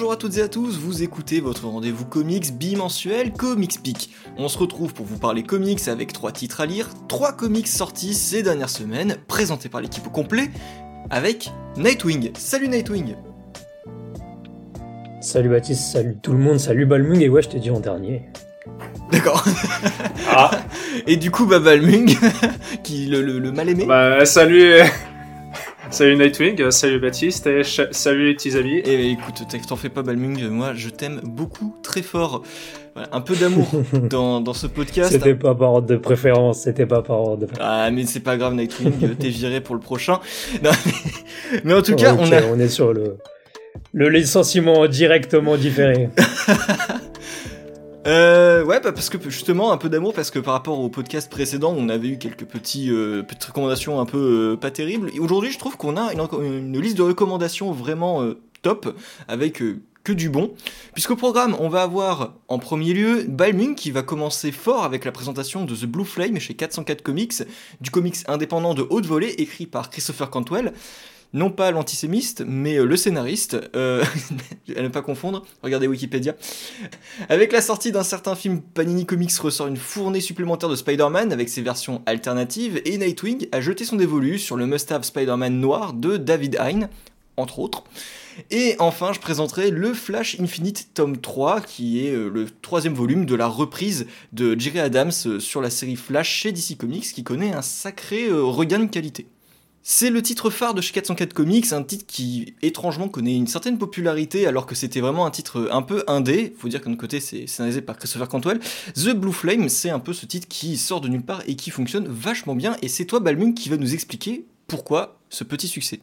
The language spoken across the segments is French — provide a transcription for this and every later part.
Bonjour à toutes et à tous, vous écoutez votre rendez-vous comics bimensuel Comicspeak. On se retrouve pour vous parler comics avec 3 titres à lire, 3 comics sortis ces dernières semaines, présentés par l'équipe au complet, avec Nightwing. Salut Nightwing. Salut Baptiste, salut tout le monde, salut Balmung, et ouais, je t'ai dit en dernier. D'accord. Et du coup, Balmung, qui le mal aimé. Salut Nightwing, salut Baptiste, et salut les petits amis. Et écoute, t'en fais pas Balmung, moi je t'aime beaucoup, très fort. Voilà, un peu d'amour dans ce podcast. C'était pas par ordre de préférence, Ah mais c'est pas grave Nightwing, t'es viré pour le prochain. Non, mais en tout cas, okay, on est sur le licenciement directement différé. Ouais, parce que justement un peu d'amour, parce que par rapport au podcast précédent, on avait eu quelques petites recommandations un peu pas terribles. Et aujourd'hui, je trouve qu'on a une liste de recommandations vraiment top, avec que du bon. Puisqu'au programme, on va avoir en premier lieu Balmung qui va commencer fort avec la présentation de The Blue Flame chez 404 Comics, du comics indépendant de haute volée écrit par Christopher Cantwell. Non pas l'antisémiste, mais le scénariste, à ne pas confondre, regardez Wikipédia. Avec la sortie d'un certain film, Panini Comics ressort une fournée supplémentaire de Spider-Man avec ses versions alternatives, et Nightwing a jeté son dévolu sur le must-have Spider-Man noir de David Hein, entre autres. Et enfin, je présenterai le Flash Infinite tome 3, qui est le 3e volume de la reprise de Jerry Adams sur la série Flash chez DC Comics, qui connaît un sacré regain de qualité. C'est le titre phare de chez 404 Comics, un titre qui étrangement connaît une certaine popularité alors que c'était vraiment un titre un peu indé. Faut dire qu'un côté c'est scénarisé par Christopher Cantwell. The Blue Flame, c'est un peu ce titre qui sort de nulle part et qui fonctionne vachement bien. Et c'est toi Balmung qui va nous expliquer pourquoi ce petit succès.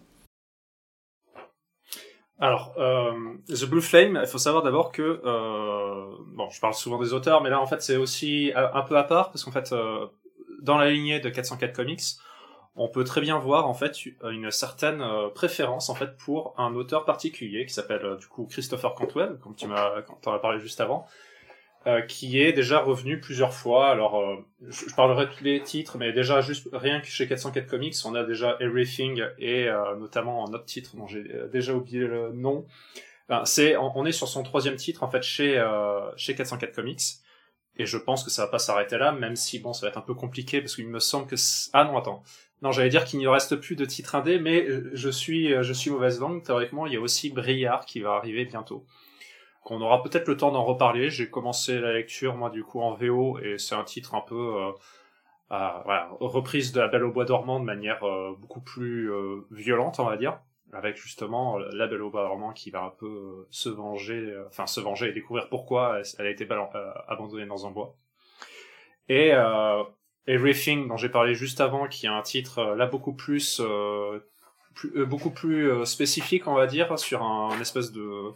Alors, The Blue Flame, il faut savoir d'abord que, bon, je parle souvent des auteurs, mais là en fait c'est aussi un peu à part parce qu'en fait dans la lignée de 404 Comics, on peut très bien voir en fait une certaine préférence en fait pour un auteur particulier qui s'appelle du coup Christopher Cantwell, comme t'en as parlé juste avant, qui est déjà revenu plusieurs fois. Alors je parlerai de tous les titres, mais déjà juste rien que chez 404 Comics, on a déjà Everything et notamment un autre titre dont j'ai déjà oublié le nom. On est sur son 3e titre en fait chez 404 Comics. Et je pense que ça va pas s'arrêter là, même si bon, ça va être un peu compliqué parce qu'il me semble que non, j'allais dire qu'il n'y reste plus de titres indés, mais je suis mauvaise langue. Théoriquement, il y a aussi Briard qui va arriver bientôt. Qu'on aura peut-être le temps d'en reparler. J'ai commencé la lecture, moi, du coup, en VO, et c'est un titre un peu, voilà, reprise de La Belle au Bois dormant de manière beaucoup plus violente, on va dire, avec justement La Belle au Bois dormant qui va un peu se venger et découvrir pourquoi elle a été abandonnée dans un bois. Et Everything dont j'ai parlé juste avant, qui a un titre là beaucoup plus spécifique, on va dire, sur un espèce de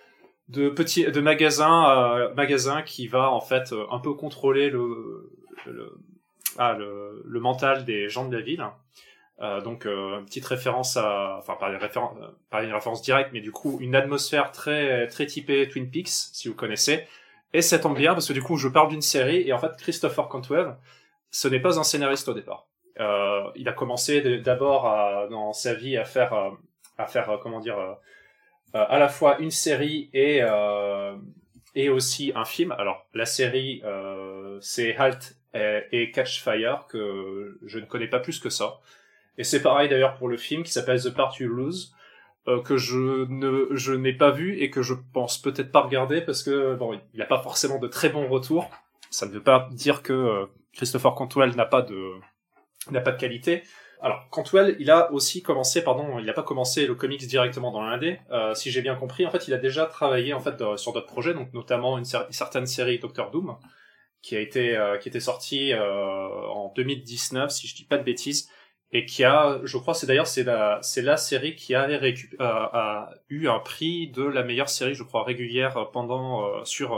magasin qui va en fait un peu contrôler le mental des gens de la ville. Donc une petite référence pas une référence directe, mais du coup une atmosphère très très typée Twin Peaks, si vous connaissez. Et ça tombe bien parce que du coup je parle d'une série, et en fait Christopher Cantwell, ce n'est pas un scénariste au départ. Il a commencé d'abord dans sa vie à faire à la fois une série et aussi un film. Alors la série c'est Halt et Catch Fire, que je ne connais pas plus que ça. Et c'est pareil d'ailleurs pour le film qui s'appelle The Part You Lose, que je n'ai pas vu et que je pense peut-être pas regarder parce que bon, il n'a pas forcément de très bons retours. Ça ne veut pas dire que Christopher Cantwell n'a pas de qualité. Alors Cantwell, il a pas commencé le comics directement dans l'indé. Si j'ai bien compris, en fait, il a déjà travaillé en fait sur d'autres projets, donc notamment une certaine série Doctor Doom qui était sortie en 2019, si je dis pas de bêtises. Et qui a, je crois, c'est la série qui a eu un prix de la meilleure série, je crois, régulière pendant sur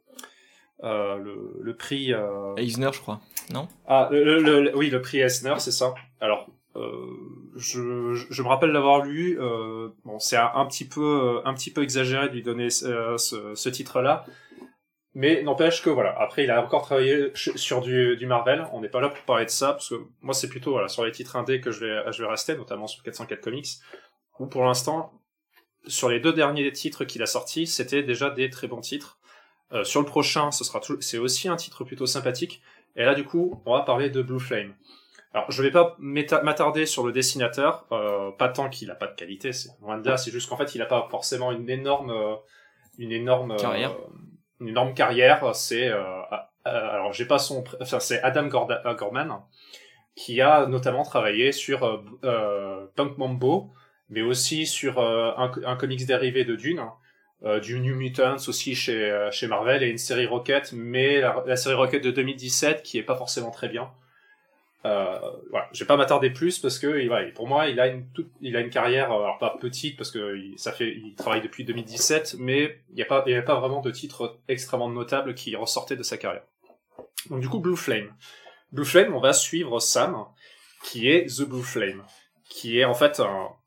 le prix Eisner, je crois, non? Oui, le prix Eisner, c'est ça. Alors je me rappelle l'avoir lu. Bon, c'est un petit peu exagéré de lui donner ce titre-là. Mais n'empêche que voilà, après il a encore travaillé sur du Marvel. On n'est pas là pour parler de ça parce que moi c'est plutôt sur les titres indés que je vais rester, notamment sur 404 Comics, où pour l'instant sur les 2 derniers titres qu'il a sortis, c'était déjà des très bons titres. Sur le prochain, c'est aussi un titre plutôt sympathique. Et là, du coup, on va parler de Blue Flame. Alors, je vais pas m'attarder sur le dessinateur, pas tant qu'il a pas de qualité, c'est loin de là, c'est juste qu'en fait, il a pas forcément une énorme Carrière. Une énorme carrière. C'est alors j'ai pas enfin c'est Adam Gorman qui a notamment travaillé sur Punk Mambo, mais aussi sur un comics dérivé de Dune. Du New Mutants aussi chez Marvel et une série Rocket, mais la série Rocket de 2017 qui est pas forcément très bien. Voilà, je vais pas m'attarder plus parce que voilà, pour moi il a une carrière alors pas petite parce que il travaille depuis 2017, mais il y a pas vraiment de titre extrêmement notable qui ressortait de sa carrière. Donc du coup Blue Flame, on va suivre Sam qui est The Blue Flame, qui est en fait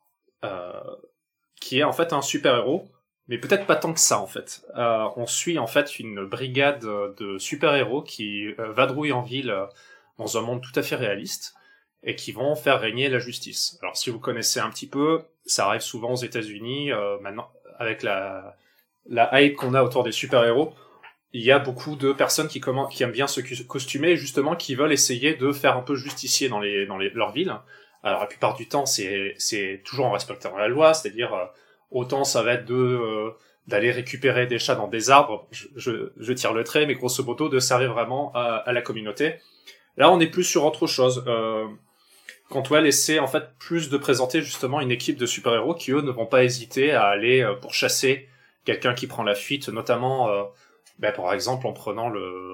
un super-héros. Mais peut-être pas tant que ça, en fait. On suit, en fait, une brigade de super-héros qui vadrouillent en ville dans un monde tout à fait réaliste et qui vont faire régner la justice. Alors, si vous connaissez un petit peu, ça arrive souvent aux États-Unis, maintenant, avec la hype qu'on a autour des super-héros, il y a beaucoup de personnes qui aiment bien se costumer et justement qui veulent essayer de faire un peu justicier dans leurs villes. Alors, la plupart du temps, c'est toujours en respectant la loi, c'est-à-dire... autant ça va être d'aller récupérer des chats dans des arbres, je tire le trait, mais grosso modo de servir vraiment à la communauté. Là, on est plus sur autre chose. Cantwell essaie en fait plus de présenter justement une équipe de super-héros qui eux ne vont pas hésiter à aller pourchasser quelqu'un qui prend la fuite, notamment par exemple en prenant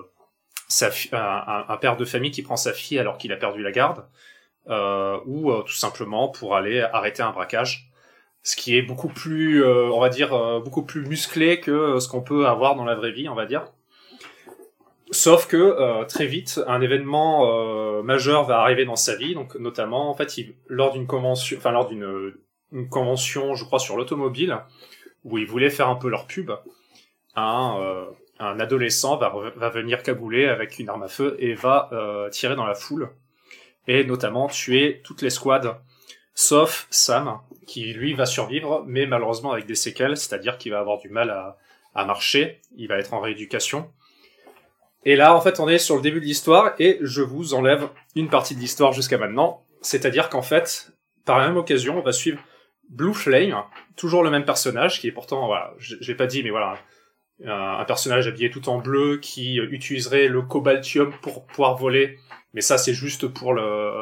un père de famille qui prend sa fille alors qu'il a perdu la garde, ou tout simplement pour aller arrêter un braquage. Ce qui est beaucoup plus, on va dire, beaucoup plus musclé que ce qu'on peut avoir dans la vraie vie, on va dire. Sauf que très vite, un événement majeur va arriver dans sa vie, donc notamment, en fait, lors d'une convention, une convention, je crois, sur l'automobile, où ils voulaient faire un peu leur pub, un adolescent va venir cabouler avec une arme à feu et va tirer dans la foule, et notamment tuer toutes les squads, sauf Sam, qui lui va survivre, mais malheureusement avec des séquelles, c'est-à-dire qu'il va avoir du mal à marcher, il va être en rééducation. Et là, en fait, on est sur le début de l'histoire, et je vous enlève une partie de l'histoire jusqu'à maintenant, c'est-à-dire qu'en fait, par la même occasion, on va suivre Blue Flame, toujours le même personnage, qui est pourtant, voilà, j'ai pas dit, mais voilà, un personnage habillé tout en bleu, qui utiliserait le cobaltium pour pouvoir voler, mais ça, c'est juste pour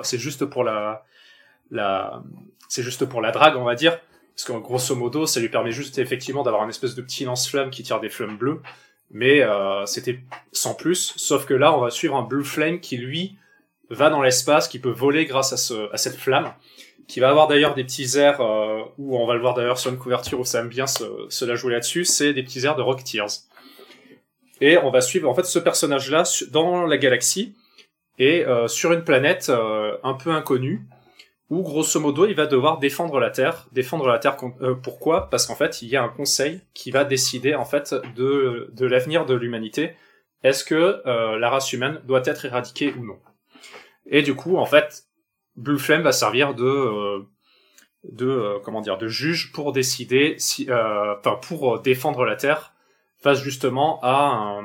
la drague, on va dire, parce que grosso modo, ça lui permet juste effectivement d'avoir une espèce de petit lance-flamme qui tire des flammes bleues, mais c'était sans plus, sauf que là, on va suivre un Blue Flame qui, lui, va dans l'espace, qui peut voler grâce à cette flamme, qui va avoir d'ailleurs des petits airs, où on va le voir d'ailleurs sur une couverture où ça aime bien se la jouer là-dessus, c'est des petits airs de Rocketeers. Et on va suivre en fait ce personnage-là dans la galaxie, et sur une planète un peu inconnue, où grosso modo il va devoir défendre la Terre. Pourquoi ? Parce qu'en fait il y a un conseil qui va décider en fait de l'avenir de l'humanité. Est-ce que la race humaine doit être éradiquée ou non ? Et du coup en fait Blue Flame va servir de juge pour décider pour défendre la Terre face justement à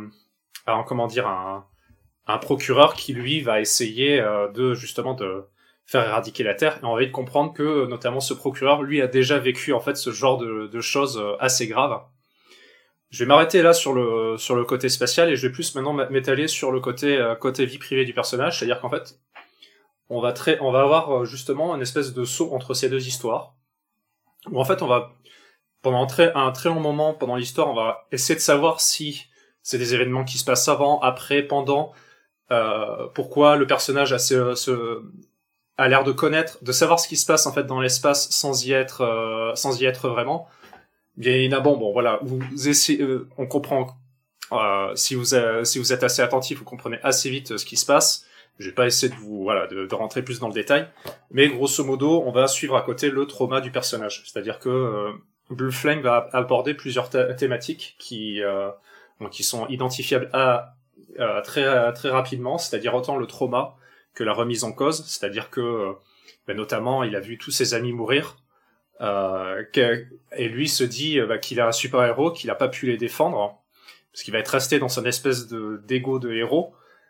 un procureur qui lui va essayer de faire éradiquer la Terre, et on va vite comprendre que notamment ce procureur lui a déjà vécu en fait ce genre de choses assez graves. Je vais m'arrêter là sur le côté spatial, et je vais plus maintenant m'étaler sur le côté vie privée du personnage, c'est-à-dire qu'en fait on va avoir justement une espèce de saut entre ces deux histoires, où en fait on va pendant un très long moment pendant l'histoire, on va essayer de savoir si c'est des événements qui se passent avant, après, pendant, pourquoi le personnage a l'air de savoir ce qui se passe en fait dans l'espace sans y être vraiment. Bien évidemment, bon voilà, vous essayez, on comprend. Si vous êtes assez attentif, vous comprenez assez vite ce qui se passe. Je vais pas essayer de rentrer plus dans le détail, mais grosso modo, on va suivre à côté le trauma du personnage. C'est-à-dire que Blue Flame va aborder plusieurs thématiques qui sont identifiables très rapidement, c'est-à-dire autant le trauma que la remise en cause, c'est-à-dire que notamment il a vu tous ses amis mourir, Et lui se dit qu'il a un super-héros, qu'il a pas pu les défendre, parce qu'il va être resté dans son espèce d'ego de héros,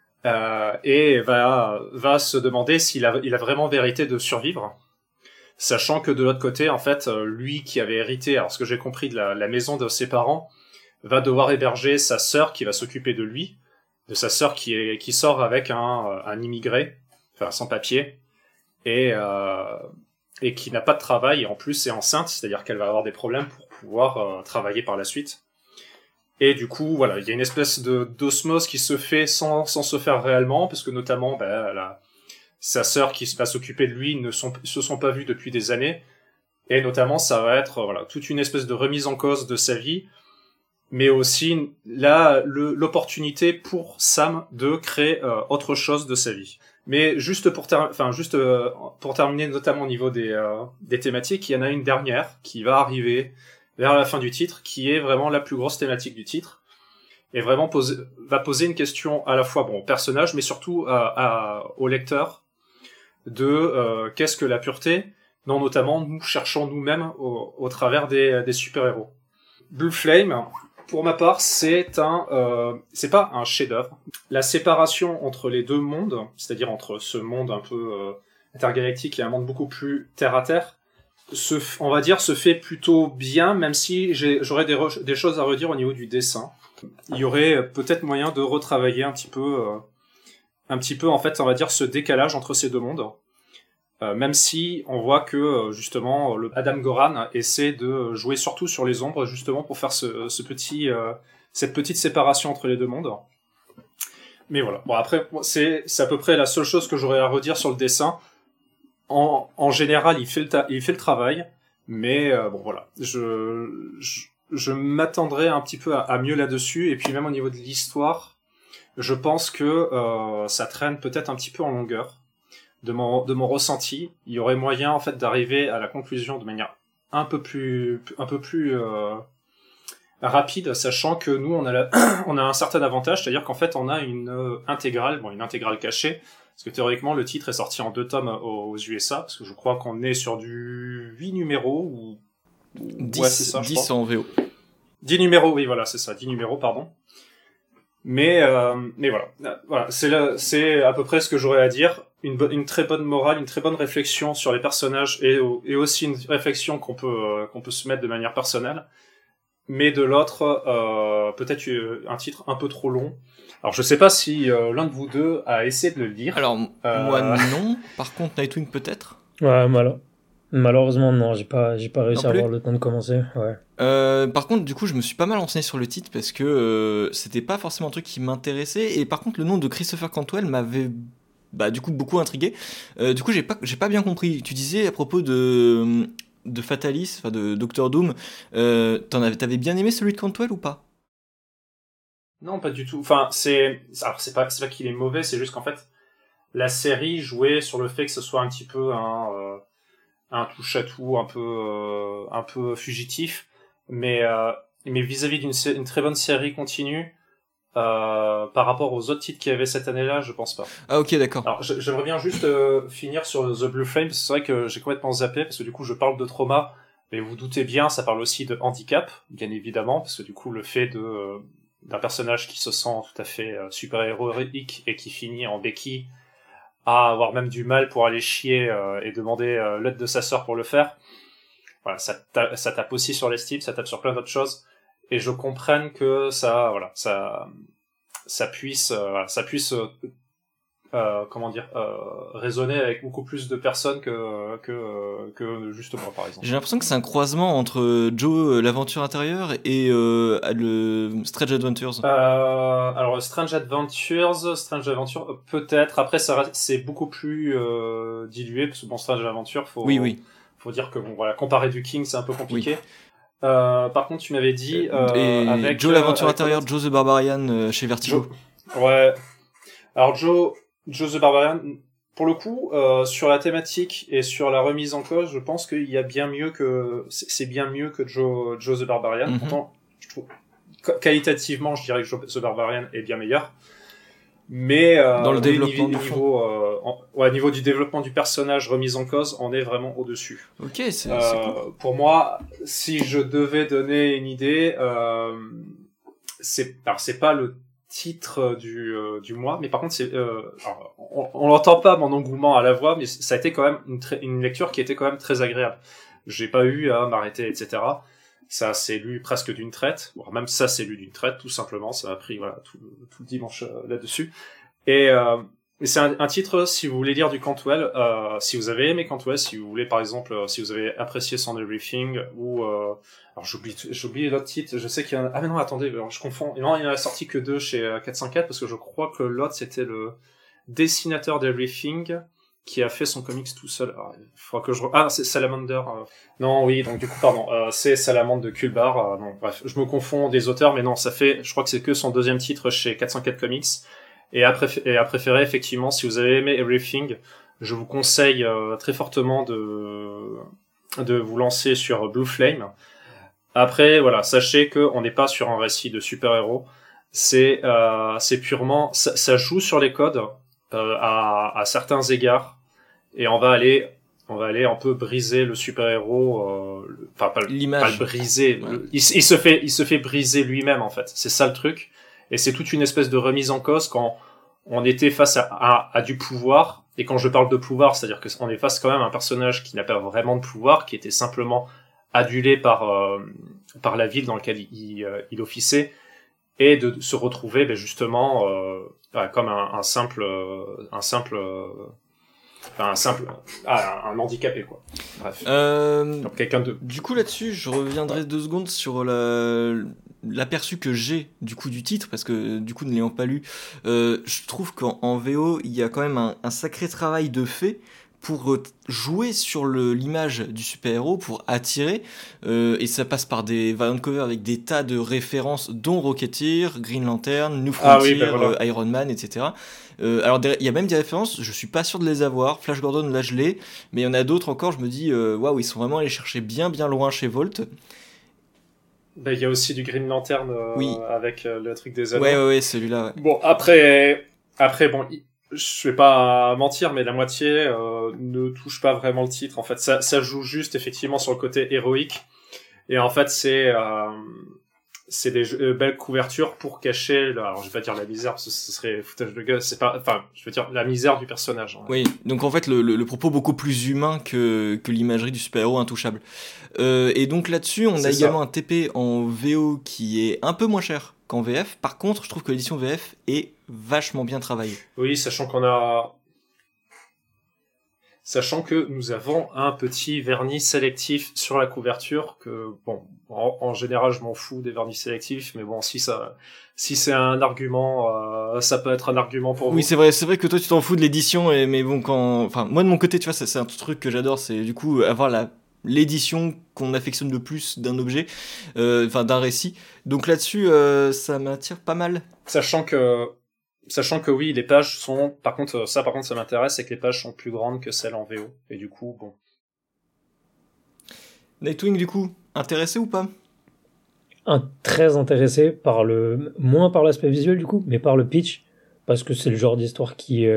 et va se demander s'il a vraiment vérité de survivre, sachant que de l'autre côté, en fait, lui qui avait hérité, alors ce que j'ai compris de la maison de ses parents, va devoir héberger sa sœur qui va s'occuper de lui, de sa sœur qui sort avec un immigré, enfin sans papier, et qui n'a pas de travail, et en plus est enceinte, c'est-à-dire qu'elle va avoir des problèmes pour pouvoir travailler par la suite. Et du coup, voilà, il y a une espèce d'osmose qui se fait sans se faire réellement, parce que notamment, sa sœur qui va s'occuper de lui se sont pas vus depuis des années, et notamment ça va être toute une espèce de remise en cause de sa vie, mais aussi là l'opportunité pour Sam de créer autre chose de sa vie. Mais juste pour terminer, notamment au niveau des thématiques, il y en a une dernière qui va arriver vers la fin du titre, qui est vraiment la plus grosse thématique du titre, et vraiment va poser une question à la fois au personnage, mais surtout au lecteur, de qu'est-ce que la pureté, dont notamment nous cherchons nous-mêmes au travers des super-héros. Blue Flame, pour ma part, c'est pas un chef-d'œuvre. La séparation entre les deux mondes, c'est-à-dire entre ce monde un peu intergalactique et un monde beaucoup plus terre-à-terre, on va dire, se fait plutôt bien, même si j'aurais des choses à redire au niveau du dessin. Il y aurait peut-être moyen de retravailler un petit peu, en fait, on va dire, ce décalage entre ces deux mondes. Même si on voit que justement Adam Goran essaie de jouer surtout sur les ombres, justement pour faire cette petite séparation entre les deux mondes. Mais voilà. Bon, après, c'est à peu près la seule chose que j'aurais à redire sur le dessin. En général, il fait le travail, mais voilà. Je m'attendrais un petit peu à mieux là-dessus, et puis même au niveau de l'histoire, je pense que ça traîne peut-être un petit peu en longueur. De mon ressenti, il y aurait moyen en fait d'arriver à la conclusion de manière un peu plus rapide, sachant que nous on a un certain avantage, c'est-à-dire qu'en fait on a une intégrale cachée, parce que théoriquement le titre est sorti en 2 tomes aux USA, parce que je crois qu'on est sur du 8 numéros ou 10, ouais, c'est ça, 10 en VO. 10 numéros, oui voilà, c'est ça, 10 numéros, pardon. Mais voilà, c'est à peu près ce que j'aurais à dire. Une très bonne morale, une très bonne réflexion sur les personnages et aussi une réflexion qu'on peut se mettre de manière personnelle. Mais de l'autre, peut-être un titre un peu trop long. Alors je sais pas si l'un de vous deux a essayé de le lire. Alors moi non. Par contre Nightwing peut-être. Ouais, malheureusement non, j'ai pas réussi à avoir le temps de commencer. Ouais. Par contre, du coup, je me suis pas mal renseigné sur le titre parce que c'était pas forcément un truc qui m'intéressait. Et par contre, le nom de Christopher Cantwell m'avait du coup beaucoup intrigué. Du coup, j'ai pas bien compris. Tu disais à propos de Fatalis, enfin de Doctor Doom, t'avais bien aimé celui de Cantwell ou pas? Non, pas du tout. Enfin, c'est pas qu'il est mauvais, c'est juste qu'en fait, la série jouait sur le fait que ce soit un petit peu un touche-à-tout un peu fugitif, mais vis-à-vis d'une très bonne série continue, par rapport aux autres titres qu'il y avait cette année-là, je pense pas. Ah ok, d'accord. Alors j'aimerais bien juste finir sur The Blue Flame, parce que c'est vrai que j'ai complètement zappé, parce que du coup je parle de trauma, mais vous doutez bien, ça parle aussi de handicap, bien évidemment, parce que du coup le fait d'un personnage qui se sent tout à fait super-héroïque et qui finit en béquille, à avoir même du mal pour aller chier et demander l'aide de sa sœur pour le faire. Voilà, ça tape aussi sur l'estime, ça tape sur plein d'autres choses, et je comprenne que ça puisse résonner avec beaucoup plus de personnes que juste moi, par exemple. J'ai l'impression que c'est un croisement entre Joe l'aventure intérieure et le Strange Adventures. Alors Strange Adventure peut-être. Après c'est beaucoup plus dilué, parce que bon, Strange Adventure faut dire que comparer du King c'est un peu compliqué. Oui. Par contre tu m'avais dit et avec Joe l'aventure intérieure, Joe the Barbarian chez Vertigo. Ouais. Alors Joe the Barbarian, pour le coup, sur la thématique et sur la remise en cause, je pense qu'il y a bien mieux c'est bien mieux que Joe the Barbarian. Mm-hmm. Pourtant, je trouve qualitativement, je dirais que Joe the Barbarian est bien meilleur. Mais Dans le développement du niveau du développement du personnage remis en cause, on est vraiment au-dessus. Ok, c'est cool. Pour moi, si je devais donner une idée, c'est pas le titre du mois, mais par contre on l'entend pas mon engouement à la voix, mais ça a été quand même une lecture qui était quand même très agréable. J'ai pas eu à m'arrêter, etc. Ça s'est lu presque d'une traite, voire même ça s'est lu d'une traite, tout simplement. Ça m'a pris tout le dimanche là-dessus. Et c'est un titre, si vous voulez lire du Cantwell, si vous avez aimé Cantwell, si vous voulez par exemple, si vous avez apprécié son Everything, ou alors j'oublie l'autre titre, je sais qu'il y en a... Ah mais non, attendez, alors, je confonds. Non, il n'y en a sorti que 2 chez 404, parce que je crois que l'autre c'était le dessinateur d'Everything, qui a fait son comics tout seul. Alors, il faudra que c'est Salamander. Non, oui, donc du coup, pardon. C'est Salamander de Kulbar. Non, bref, je me confonds des auteurs, mais non, je crois que c'est que son 2e titre chez 404 Comics. Et à préférer, effectivement, si vous avez aimé Everything, je vous conseille très fortement de vous lancer sur Blue Flame. Après, voilà, sachez qu'on n'est pas sur un récit de super-héros. C'est purement... Ça joue sur les codes à certains égards. Et on va aller un peu briser le super-héros, pas le briser. Ouais. Il se fait briser lui-même, en fait. C'est ça le truc. Et c'est toute une espèce de remise en cause quand on était face à du pouvoir. Et quand je parle de pouvoir, c'est-à-dire qu'on est face quand même à un personnage qui n'a pas vraiment de pouvoir, qui était simplement adulé par la ville dans laquelle il officiait, et de se retrouver justement comme un handicapé, quoi. Bref. Comme quelqu'un de... Du coup, là-dessus, je reviendrai 2 secondes sur l'aperçu que j'ai du coup du titre, parce que du coup, ne l'ayant pas lu, je trouve qu'en VO, il y a quand même un sacré travail de fait pour jouer sur l'image du super-héros, pour attirer, et ça passe par des variant covers avec des tas de références, dont Rocketeer, Green Lantern, New Frontier, voilà. Iron Man, etc. Alors il y a même des références, je suis pas sûr de les avoir. Flash Gordon, là je l'ai, mais il y en a d'autres encore, je me dis waouh, ils sont vraiment allés chercher bien loin chez Volt. Il y a aussi du Green Lantern oui. Avec le truc des anneaux. Ouais, celui-là. Ouais. Bon, après bon, je vais pas mentir, mais la moitié ne touche pas vraiment le titre. En fait, ça joue juste effectivement sur le côté héroïque. Et en fait, c'est des belles couvertures pour cacher, alors je vais pas dire la misère, parce que ce serait foutage de gueule, je veux dire la misère du personnage. Oui, donc en fait le propos beaucoup plus humain que l'imagerie du super-héros intouchable. Et donc là-dessus, on a également un TP en VO qui est un peu moins cher qu'en VF. Par contre, je trouve que l'édition VF est vachement bien travaillée. Oui, sachant que nous avons un petit vernis sélectif sur la couverture que, bon, en général, je m'en fous des vernis sélectifs, mais bon, si c'est un argument, ça peut être un argument pour vous. Oui, c'est vrai que toi, tu t'en fous de l'édition, mais bon, moi, de mon côté, tu vois, c'est un truc que j'adore, c'est du coup, avoir l'édition qu'on affectionne le plus d'un objet, d'un récit. Donc là-dessus, ça m'attire pas mal. Sachant que oui, les pages sont, par contre, ça m'intéresse, c'est que les pages sont plus grandes que celles en VO. Et du coup, bon. Nightwing, du coup, intéressé ou pas? Très intéressé moins par l'aspect visuel, du coup, mais par le pitch, parce que c'est le genre d'histoire qui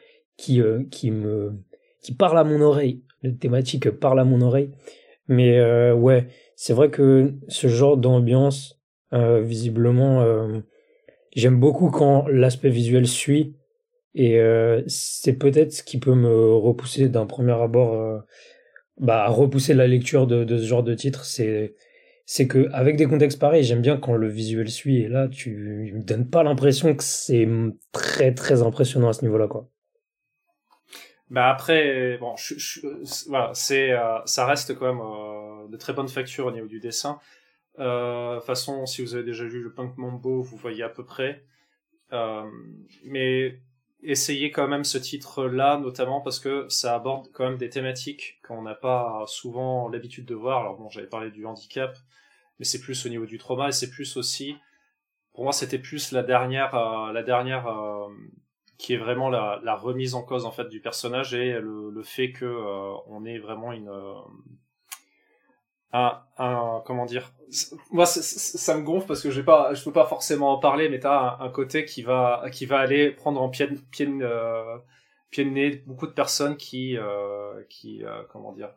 parle à mon oreille. Les thématiques parlent à mon oreille. Mais ouais, c'est vrai que ce genre d'ambiance, visiblement, j'aime beaucoup quand l'aspect visuel suit, et c'est peut-être ce qui peut me repousser d'un premier abord, à repousser la lecture de ce genre de titre. C'est que avec des contextes pareils, j'aime bien quand le visuel suit, et là tu me donnes pas l'impression que c'est très très impressionnant à ce niveau-là, quoi. Après, bon, voilà, ça reste quand même de très bonne facture au niveau du dessin. De toute façon, si vous avez déjà lu le Punk Mambo, vous voyez à peu près. Mais essayez quand même ce titre-là, notamment parce que ça aborde quand même des thématiques qu'on n'a pas souvent l'habitude de voir. Alors bon, j'avais parlé du handicap, mais c'est plus au niveau du trauma, et c'est plus aussi, pour moi, c'était plus la dernière qui est vraiment la remise en cause en fait du personnage, et le fait que on ait vraiment comment dire, moi ça me gonfle parce que je peux pas forcément en parler, mais t'as un côté qui va aller prendre en pied de nez beaucoup de personnes qui comment dire,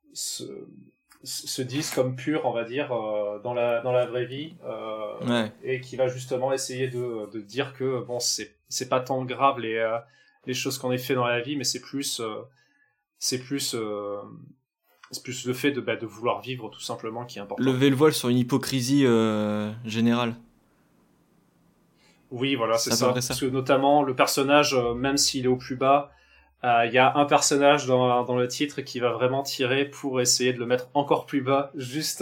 se disent comme pures, on va dire, dans la vraie vie, Ouais. et qui va justement essayer de dire que bon, c'est pas tant grave les choses qu'on ait fait dans la vie, mais c'est plus le fait de vouloir vivre tout simplement qui est important. Lever le voile sur une hypocrisie générale. Oui, voilà, c'est à peu ça. près ça. Parce que notamment le personnage, même s'il est au plus bas, il y a un personnage dans le titre qui va vraiment tirer pour essayer de le mettre encore plus bas, juste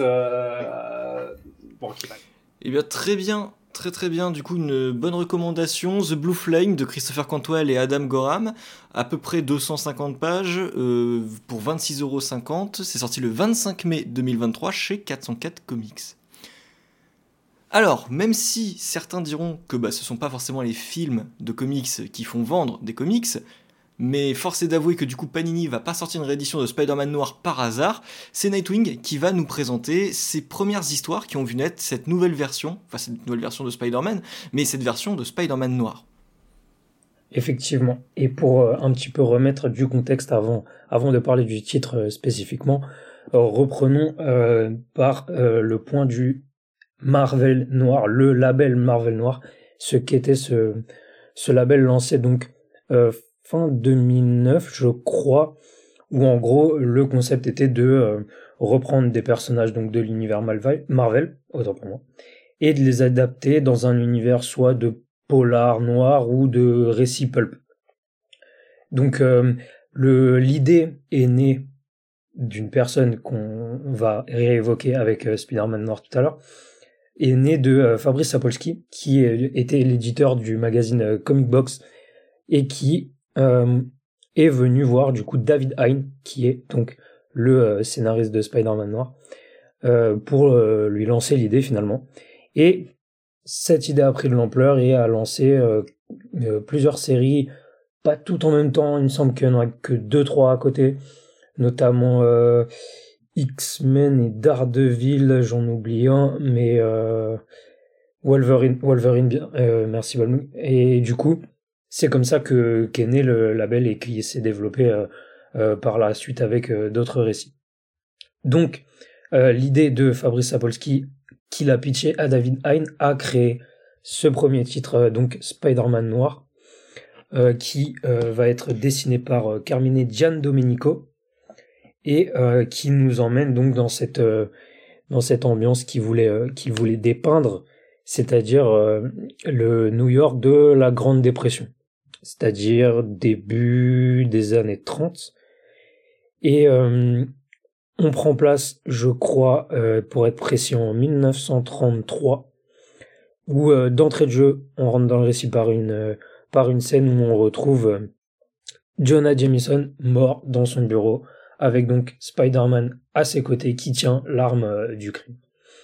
bon, qui va. Eh bien, très bien. Très très bien, du coup une bonne recommandation, The Blue Flame de Christopher Cantwell et Adam Gorham, à peu près 250 pages pour 26,50€, c'est sorti le 25 mai 2023 chez 404 Comics. Alors, même si certains diront que ce sont pas forcément les films de comics qui font vendre des comics, mais force est d'avouer que du coup Panini va pas sortir une réédition de Spider-Man noir par hasard, c'est Nightwing qui va nous présenter ses premières histoires qui ont vu naître cette nouvelle version de Spider-Man, mais cette version de Spider-Man noir. Effectivement. Et pour un petit peu remettre du contexte avant de parler du titre spécifiquement, reprenons par le point du Marvel Noir, le label Marvel Noir, ce qu'était ce label lancé donc fin 2009, je crois, où en gros le concept était de reprendre des personnages donc de l'univers Marvel, autant pour moi, et de les adapter dans un univers soit de polar noir ou de récit pulp. Donc l'idée est née d'une personne qu'on va réévoquer avec Spider-Man Noir tout à l'heure, est née de Fabrice Sapolsky, qui était l'éditeur du magazine Comic Box et qui est venu voir du coup David Hein, qui est donc le scénariste de Spider-Man Noir, pour lui lancer l'idée finalement. Et cette idée a pris de l'ampleur et a lancé plusieurs séries, pas toutes en même temps, il me semble qu'il n'y en a que 2-3 à côté, notamment X-Men et Daredevil, j'en oublie un, mais Wolverine bien, merci Balmung. Et du coup, c'est comme ça qu'est né le label et qui s'est développé par la suite avec d'autres récits. Donc, l'idée de Fabrice Sapolsky, qui l'a pitché à David Hein, a créé ce premier titre, donc Spider-Man Noir, qui va être dessiné par Carmine Giandomenico et qui nous emmène donc dans cette ambiance qu'il voulait dépeindre, c'est-à-dire le New York de la Grande Dépression, c'est-à-dire début des années 30. Et on prend place, je crois, pour être précis, en 1933, où d'entrée de jeu, on rentre dans le récit par une scène où on retrouve Jonah Jameson mort dans son bureau, avec donc Spider-Man à ses côtés qui tient l'arme du crime.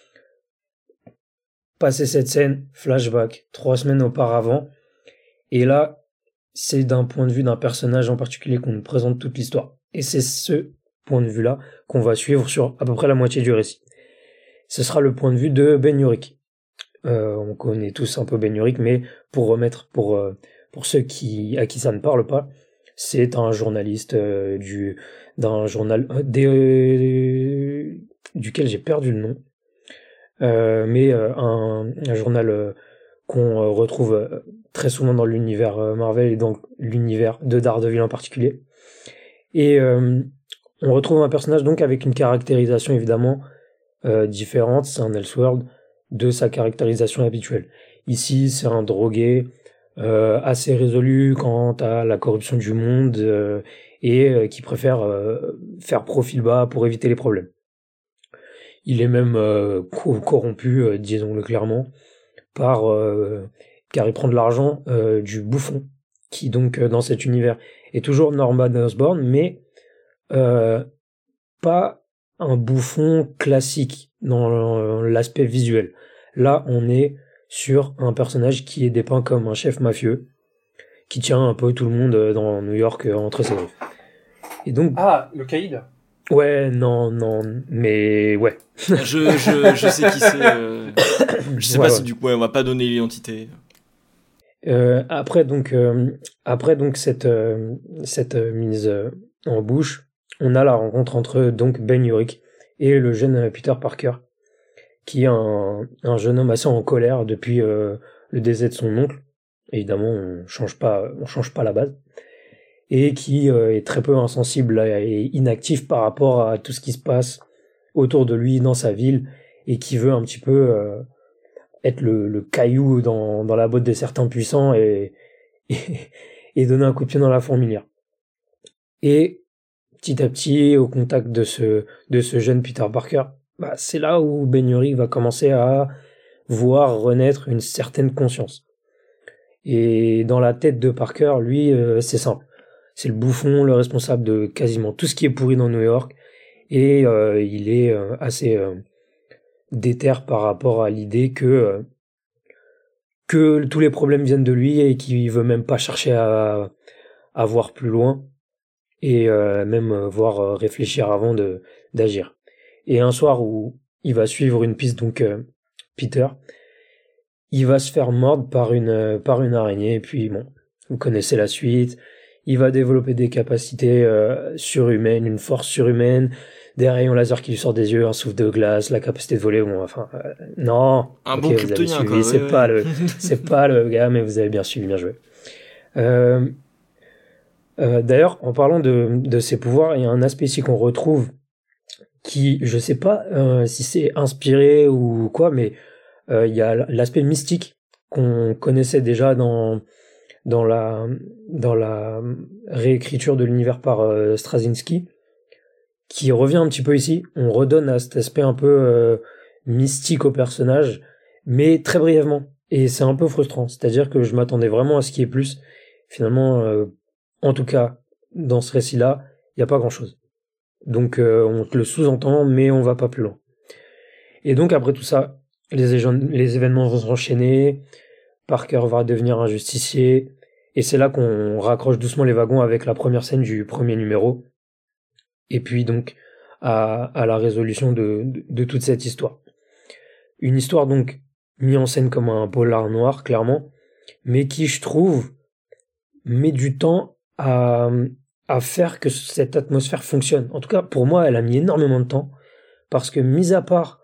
Passé cette scène, flashback, 3 semaines auparavant, et là, c'est d'un point de vue d'un personnage en particulier qu'on nous présente toute l'histoire. Et c'est ce point de vue-là qu'on va suivre sur à peu près la moitié du récit. Ce sera le point de vue de Ben Urich. On connaît tous un peu Ben Urich, mais pour remettre, pour ceux à qui ça ne parle pas, c'est un journaliste d'un journal duquel j'ai perdu le nom, mais un journal qu'on retrouve très souvent dans l'univers Marvel et dans l'univers de Daredevil en particulier. Et on retrouve un personnage donc avec une caractérisation évidemment différente, c'est un Elseworld, de sa caractérisation habituelle. Ici, c'est un drogué assez résolu quant à la corruption du monde et qui préfère faire profil bas pour éviter les problèmes. Il est même corrompu, disons-le clairement, car il prend de l'argent du bouffon, qui donc dans cet univers est toujours Norman Osborn, mais pas un bouffon classique dans l'aspect visuel. Là, on est sur un personnage qui est dépeint comme un chef mafieux, qui tient un peu tout le monde dans New York entre ses griffes. Et donc... Ah, le caïd. Ouais, non, mais ouais. Je sais qui c'est. Je sais Ouais, pas ouais. si du coup, on va pas donner l'identité. Après donc cette mise en bouche, on a la rencontre entre donc Ben Urich et le jeune Peter Parker, qui est un jeune homme assez en colère depuis le décès de son oncle. Évidemment, on change pas la base, et qui est très peu insensible et inactif par rapport à tout ce qui se passe autour de lui dans sa ville, et qui veut un petit peu être le caillou dans la botte de certains puissants et, et donner un coup de pied dans la fourmilière. Et petit à petit, au contact de ce jeune Peter Parker, bah, c'est là où Ben Urich va commencer à voir renaître une certaine conscience. Et dans la tête de Parker, lui, c'est simple. C'est le bouffon, le responsable de quasiment tout ce qui est pourri dans New York. Et il est assez déter par rapport à l'idée que tous les problèmes viennent de lui et qu'il veut même pas chercher à voir plus loin et même voir réfléchir avant d'agir. Et un soir où il va suivre une piste, donc Peter, il va se faire mordre par une araignée, et puis bon, vous connaissez la suite. Il va développer des capacités surhumaines, une force surhumaine, des rayons laser qui lui sortent des yeux, un souffle de glace, la capacité de voler. Bon, enfin, non. Un Ok, bon vous avez kryptonien, suivi. quoi. C'est Ouais, pas ouais. c'est pas le gars, mais vous avez bien suivi, bien joué. Euh, D'ailleurs, en parlant de ses pouvoirs, il y a un aspect ici qu'on retrouve qui, je sais pas si c'est inspiré ou quoi, mais il y a l'aspect mystique qu'on connaissait déjà dans la dans la réécriture de l'univers par Straczynski, qui revient un petit peu ici. On redonne à cet aspect un peu mystique au personnage, mais très brièvement. Et c'est un peu frustrant. C'est-à-dire que je m'attendais vraiment à ce qu'il y ait plus. Finalement, en tout cas, dans ce récit-là, il n'y a pas grand-chose. Donc on te le sous-entend, mais on va pas plus loin. Et donc après tout ça, les événements vont s'enchaîner, Parker va devenir un justicier, et c'est là qu'on raccroche doucement les wagons avec la première scène du premier numéro, et puis donc à la résolution de toute cette histoire. Une histoire donc mise en scène comme un polar noir, clairement, mais qui, je trouve, met du temps à faire que cette atmosphère fonctionne. En tout cas, pour moi, elle a mis énormément de temps, parce que, mis à part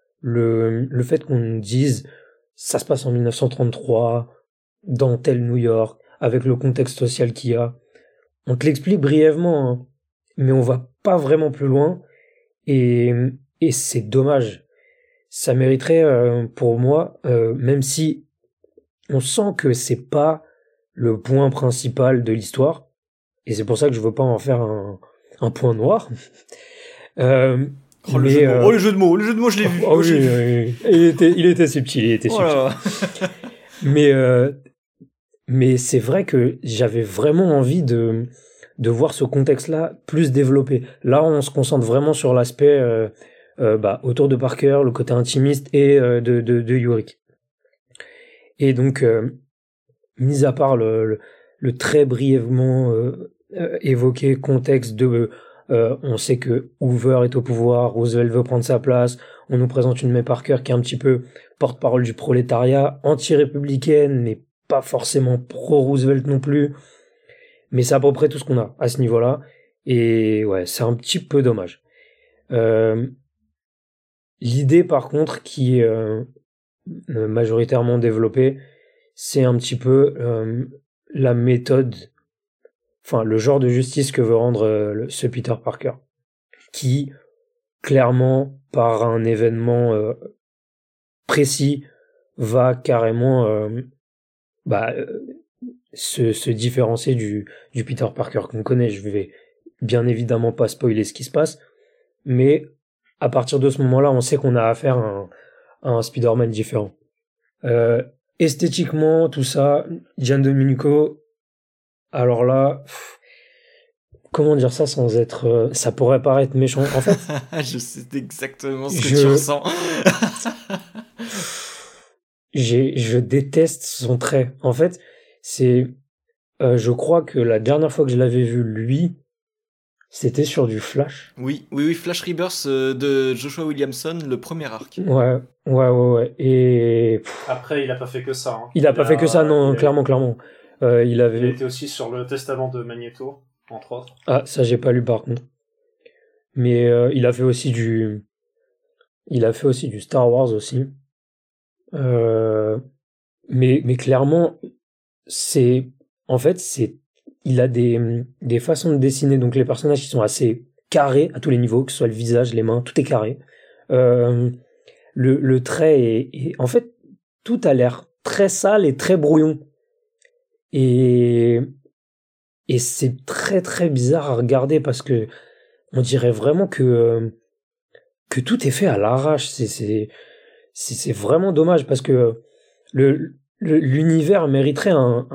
le fait qu'on nous dise ça se passe en 1933, dans tel New York, avec le contexte social qu'il y a, on te l'explique brièvement, hein, mais on va pas vraiment plus loin, et, et c'est dommage. Ça mériterait, pour moi, même si on sent que c'est pas le point principal de l'histoire, et c'est pour ça que je veux pas en faire un point noir. Oh, le jeu de mots. Oh, le jeu de mots. Le jeu de mots, je l'ai vu. Oh, Oh, je l'ai oui, vu. oui. Il était subtil, il était Oh subtil. là là. Mais c'est vrai que j'avais vraiment envie de voir ce contexte-là plus développé. Là, on se concentre vraiment sur l'aspect autour de Parker, le côté intimiste et de Yorick. Et donc, mis à part le très brièvement évoqué contexte de on sait que Hoover est au pouvoir, Roosevelt veut prendre sa place, on nous présente une May Parker qui est un petit peu porte-parole du prolétariat, anti-républicaine, mais pas forcément pro-Roosevelt non plus. Mais c'est à peu près tout ce qu'on a à ce niveau-là. Et ouais, c'est un petit peu dommage. L'idée, par contre, qui est majoritairement développée, c'est un petit peu la méthode, enfin le genre de justice que veut rendre ce Peter Parker, qui clairement, par un événement précis, va carrément se différencier du Peter Parker qu'on connaît. Je vais bien évidemment pas spoiler ce qui se passe, mais à partir de ce moment-là, on sait qu'on a affaire à un Spider-Man différent. Esthétiquement, tout ça, Giandomenico, alors là, comment dire ça sans être... ça pourrait paraître méchant. En fait, Je sais exactement ce que tu ressens. Je déteste son trait. En fait, c'est... je crois que la dernière fois que je l'avais vu, lui, C'était sur du Flash. Oui, oui, oui, Flash Rebirth de Joshua Williamson, le premier arc. Ouais. Et Après, il a pas fait que ça. Hein. il a pas fait que ça, non, clairement. Il Il a avait. été aussi sur le testament de Magneto, entre autres. Ah, ça j'ai pas lu par contre. Mais il a fait aussi du Star Wars aussi. Mais clairement, c'est, en fait, il a des façons de dessiner. Donc les personnages qui sont assez carrés à tous les niveaux, que ce soit le visage, les mains, tout est carré. Le trait en fait, tout a l'air très sale et très brouillon. Et c'est très très bizarre à regarder parce que on dirait vraiment que tout est fait à l'arrache. C'est vraiment dommage parce que l'univers mériterait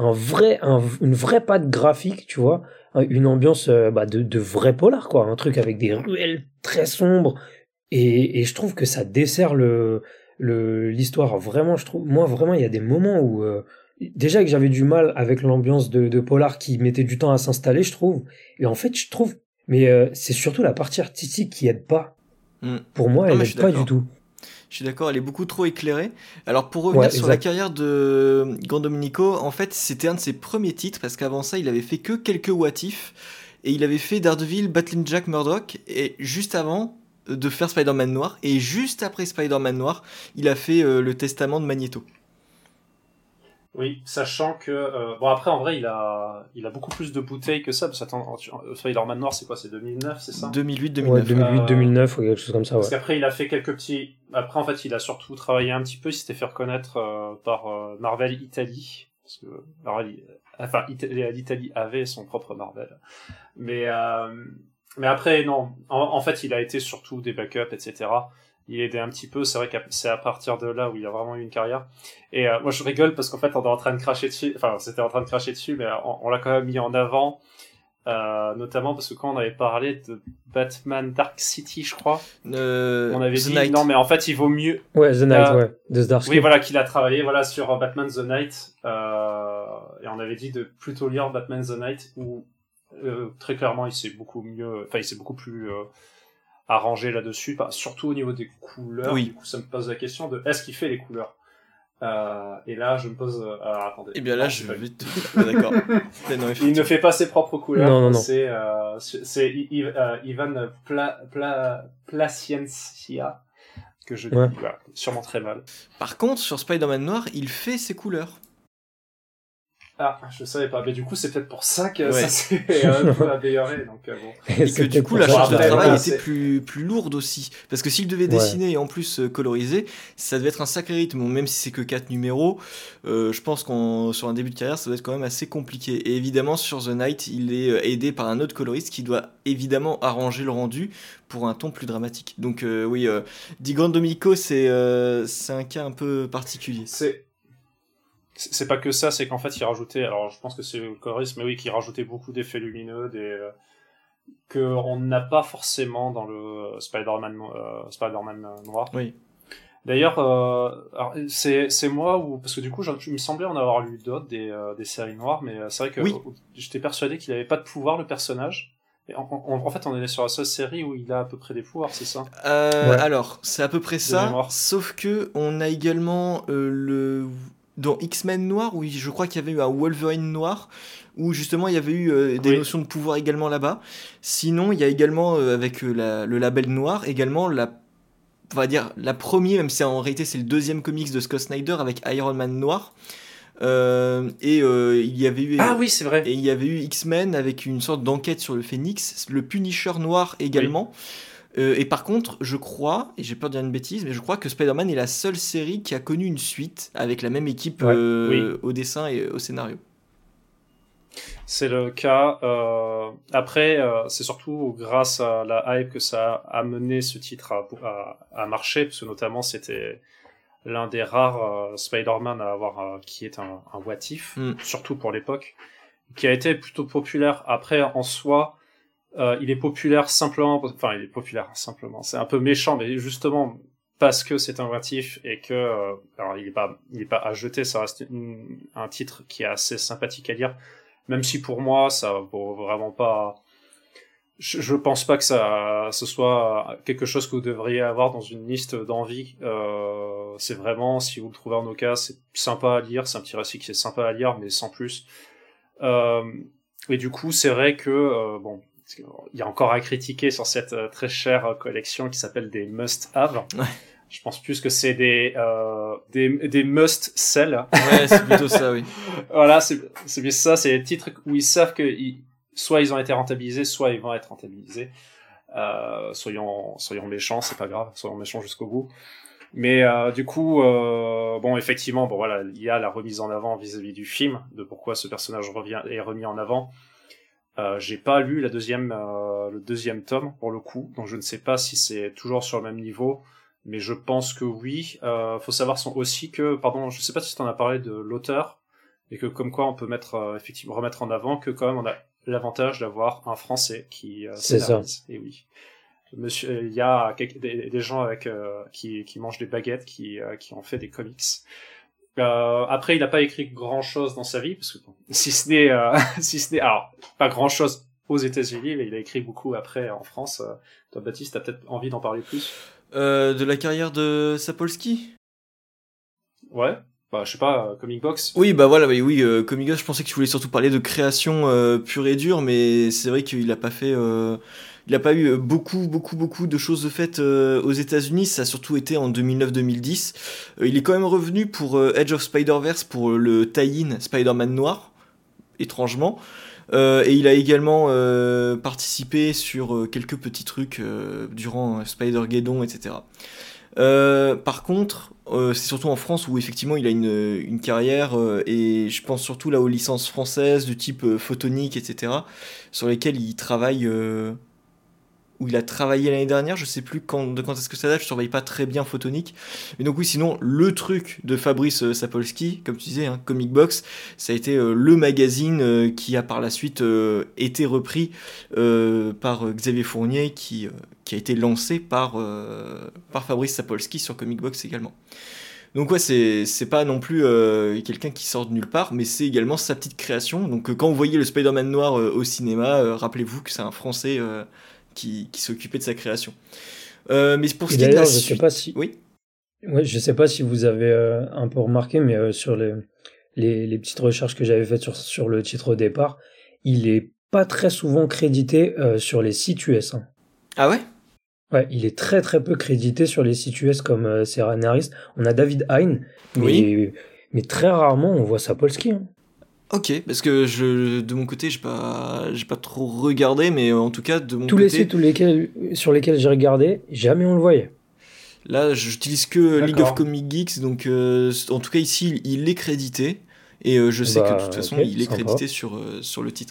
une vraie patte graphique, tu vois, une ambiance de vrai polar, quoi, un truc avec des ruelles très sombres. Et je trouve que ça dessert l'histoire. Vraiment, je trouve, moi, vraiment, il y a des moments où, déjà que j'avais du mal avec l'ambiance de polar qui mettait du temps à s'installer, je trouve. Et en fait, je trouve, mais c'est surtout la partie artistique qui aide pas. Pour moi, elle aide pas du tout. Je suis d'accord, elle est beaucoup trop éclairée. Alors pour revenir sur la carrière de Grand Domenico, en fait c'était un de ses premiers titres parce qu'avant ça il avait fait que quelques what if et il avait fait Daredevil, Battling Jack, Murdoch et juste avant de faire Spider-Man Noir et juste après Spider-Man Noir il a fait le Testament de Magneto. Oui, sachant que bon après en vrai il a beaucoup plus de bouteilles que ça parce que Spider-Man Noir c'est quoi, c'est 2009, c'est ça 2008 2009. Ouais, 2008 ou quelque chose comme ça, ouais. Parce qu'après il a fait quelques petits après en fait il a surtout travaillé un petit peu, il s'était fait reconnaître par Marvel Italie parce que Marvel l'Italie avait son propre Marvel. Mais après non, en fait il a été surtout des backups, etc. Il aidait un petit peu, c'est vrai que c'est à partir de là où il a vraiment eu une carrière. Et moi je rigole parce qu'en fait on est en train de cracher dessus, enfin c'était en train de cracher dessus, mais on l'a quand même mis en avant, notamment parce que quand on avait parlé de Batman Dark City, je crois, on avait dit Night. non mais en fait il vaut mieux... Ouais, The Night, ouais, de Zdarsky. Oui voilà, qu'il a travaillé voilà, sur Batman The Night, et on avait dit de plutôt lire Batman The Night où très clairement il s'est beaucoup plus... arrangé là-dessus, surtout au niveau des couleurs. Oui. Du coup, ça me pose la question de est-ce qu'il fait les couleurs et là, je me pose... attendez. Et bien là, je vais te... D'accord. Il ne fait pas ses propres couleurs. Non. C'est Ivan Plascencia, que je dis voilà, sûrement très mal. Par contre, sur Spider-Man Noir, il fait ses couleurs. Ah, je savais pas. Mais du coup, c'est peut-être pour ça que ça s'est un peu amélioré. Donc, bon. Et que du coup, la charge de travail était plus lourde aussi. Parce que s'il devait dessiner et en plus coloriser, ça devait être un sacré rythme. Même si c'est que 4 numéros, je pense sur un début de carrière, ça doit être quand même assez compliqué. Et évidemment, sur The Night, il est aidé par un autre coloriste qui doit évidemment arranger le rendu pour un ton plus dramatique. Donc oui, Di Grandomenico, c'est un cas un peu particulier. C'est pas que ça, c'est qu'en fait, il rajoutait, alors je pense que c'est le coloriste, mais oui, qu'il rajoutait beaucoup d'effets lumineux, que on n'a pas forcément dans le Spider-Man noir. Oui. D'ailleurs, c'est moi parce que du coup, il me semblait en avoir lu d'autres des séries noires, mais c'est vrai que j'étais persuadé qu'il avait pas de pouvoir, le personnage. Et en fait, on est sur la seule série où il a à peu près des pouvoirs, c'est ça? Alors, c'est à peu près ça, sauf que on a également dans X-Men Noir, où je crois qu'il y avait eu un Wolverine Noir, où justement il y avait eu des notions de pouvoir également là-bas. Sinon, il y a également, avec le label Noir, également on va dire la première, même si en réalité c'est le deuxième comics de Scott Snyder avec Iron Man Noir. Il y avait eu oui, c'est vrai. Et il y avait eu X-Men avec une sorte d'enquête sur le Phénix, le Punisher Noir également. Oui. Et par contre, je crois, et j'ai peur de dire une bêtise, mais je crois que Spider-Man est la seule série qui a connu une suite avec la même équipe au dessin et au scénario. C'est le cas. Après, c'est surtout grâce à la hype que ça a amené ce titre à marcher, parce que notamment c'était l'un des rares Spider-Man à avoir qui est un what if, surtout pour l'époque, qui a été plutôt populaire. Après, en soi, il est populaire simplement, c'est un peu méchant, mais justement parce que c'est un what if et que alors il est pas à jeter, ça reste un titre qui est assez sympathique à lire, même si pour moi ça vaut vraiment pas Je pense pas que ce soit quelque chose que vous devriez avoir dans une liste d'envie. C'est vraiment, si vous le trouvez en Oka, c'est sympa à lire, c'est un petit récit qui est sympa à lire, mais sans plus. Et du coup, c'est vrai que bon, il y a encore à critiquer sur cette très chère collection qui s'appelle des must-have. Ouais. Je pense plus que c'est des must-sell. Ouais, c'est plutôt ça, oui. Voilà, c'est bien ça, c'est les titres où ils savent que soit ils ont été rentabilisés, soit ils vont être rentabilisés. Soyons méchants, c'est pas grave, soyons méchants jusqu'au bout. Mais du coup, bon, effectivement, bon voilà, il y a la remise en avant vis-à-vis du film, de pourquoi ce personnage est remis en avant. J'ai pas lu le deuxième tome pour le coup, donc je ne sais pas si c'est toujours sur le même niveau, mais je pense que oui. Faut savoir aussi que, pardon, je sais pas si tu en as parlé de l'auteur, et que comme quoi on peut effectivement remettre en avant que quand même on a l'avantage d'avoir un Français qui scénarise. Et oui. Monsieur, il y a des gens qui mangent des baguettes, qui ont fait des comics. Après, il n'a pas écrit grand chose dans sa vie, parce que bon, si ce n'est, alors pas grand chose aux États-Unis, mais il a écrit beaucoup après en France. Toi, Baptiste, t'as peut-être envie d'en parler plus. De la carrière de Sapolsky. Ouais. Bah, je sais pas, Comic Box. Oui, bah voilà, oui, Comic Box, je pensais que tu voulais surtout parler de création pure et dure, mais c'est vrai qu'il a pas fait, il a pas eu beaucoup de choses de faites aux États-Unis. Ça a surtout été en 2009-2010. Il est quand même revenu pour Edge of Spider-Verse pour le tie-in Spider-Man noir, étrangement. Et il a également participé sur quelques petits trucs durant Spider-Geddon, etc. Par contre, c'est surtout en France où effectivement il a une carrière, et je pense surtout là aux licences françaises du type Photonique, etc., sur lesquelles il travaille, où il a travaillé l'année dernière, je sais plus quand est-ce que ça date, je surveille pas très bien Photonique. Mais donc oui, sinon, le truc de Fabrice Sapolsky, comme tu disais, hein, Comic Box, ça a été le magazine qui a par la suite été repris par Xavier Fournier, qui a été lancé par Fabrice Sapolsky sur Comic Box également. Donc ouais, c'est pas non plus quelqu'un qui sort de nulle part, mais c'est également sa petite création. Donc quand vous voyez le Spider-Man noir au cinéma, rappelez-vous que c'est un Français qui s'occupait de sa création. Mais pour ce qui est de la suite... Je sais pas si... Oui. Ouais, je sais pas si vous avez un peu remarqué, mais sur les petites recherches que j'avais faites sur le titre au départ, il est pas très souvent crédité sur les sites US. Hein. Ah ouais? Ouais, il est très très peu crédité sur les sites US comme Sarah Naris. On a David Hein, mais très rarement on voit Sapolsky. Hein. Ok, parce que de mon côté, j'ai pas trop regardé, mais en tout cas, de mon côté... Les sites sur lesquels j'ai regardé, jamais on le voyait. Là, j'utilise que League of Comic Geeks, donc en tout cas ici, il est crédité, et je sais que de toute façon, il est crédité sur le titre.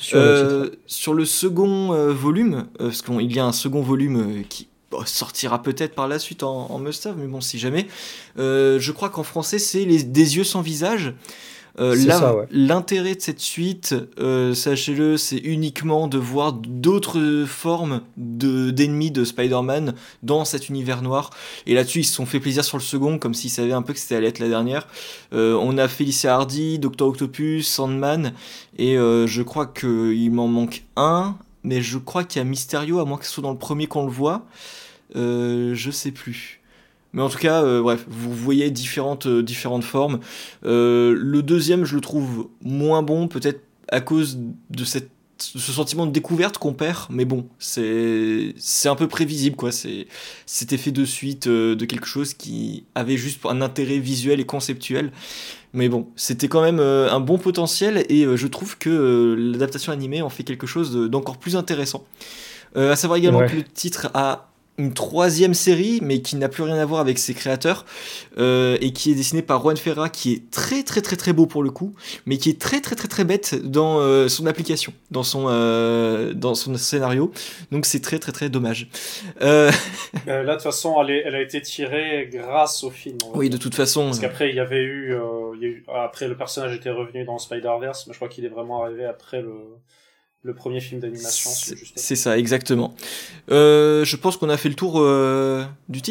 Sur le second volume, parce qu'il y a un second volume qui sortira peut-être par la suite en must-have, mais bon, si jamais. Je crois qu'en français, c'est Des yeux sans visage. L'intérêt de cette suite, sachez-le, c'est uniquement de voir d'autres formes d'ennemis de Spider-Man dans cet univers noir. Et là-dessus, ils se sont fait plaisir sur le second, comme s'ils savaient un peu que c'était allait être la dernière. On a Felicia Hardy, Dr. Octopus, Sandman, et je crois qu'il m'en manque un, mais je crois qu'il y a Mysterio, à moins que ce soit dans le premier qu'on le voit. Je sais plus. Mais en tout cas, bref, vous voyez différentes formes. Le deuxième, je le trouve moins bon, peut-être à cause de ce sentiment de découverte qu'on perd. Mais bon, c'est un peu prévisible, quoi. C'était fait de suite de quelque chose qui avait juste un intérêt visuel et conceptuel. Mais bon, c'était quand même un bon potentiel, et je trouve que l'adaptation animée en fait quelque chose d'encore plus intéressant. À savoir également que le titre a une troisième série, mais qui n'a plus rien à voir avec ses créateurs, et qui est dessinée par Juan Ferra, qui est très très très très beau pour le coup, mais qui est très très très très bête dans son application, dans son scénario. Donc c'est très très très dommage. Là, de toute façon, elle a été tirée grâce au film. Oui, de toute façon. Parce qu'après, il y a eu après, le personnage était revenu dans Spider-Verse, mais je crois qu'il est vraiment arrivé après le premier film d'animation. C'est ça, exactement. Je pense qu'on a fait le tour du titre.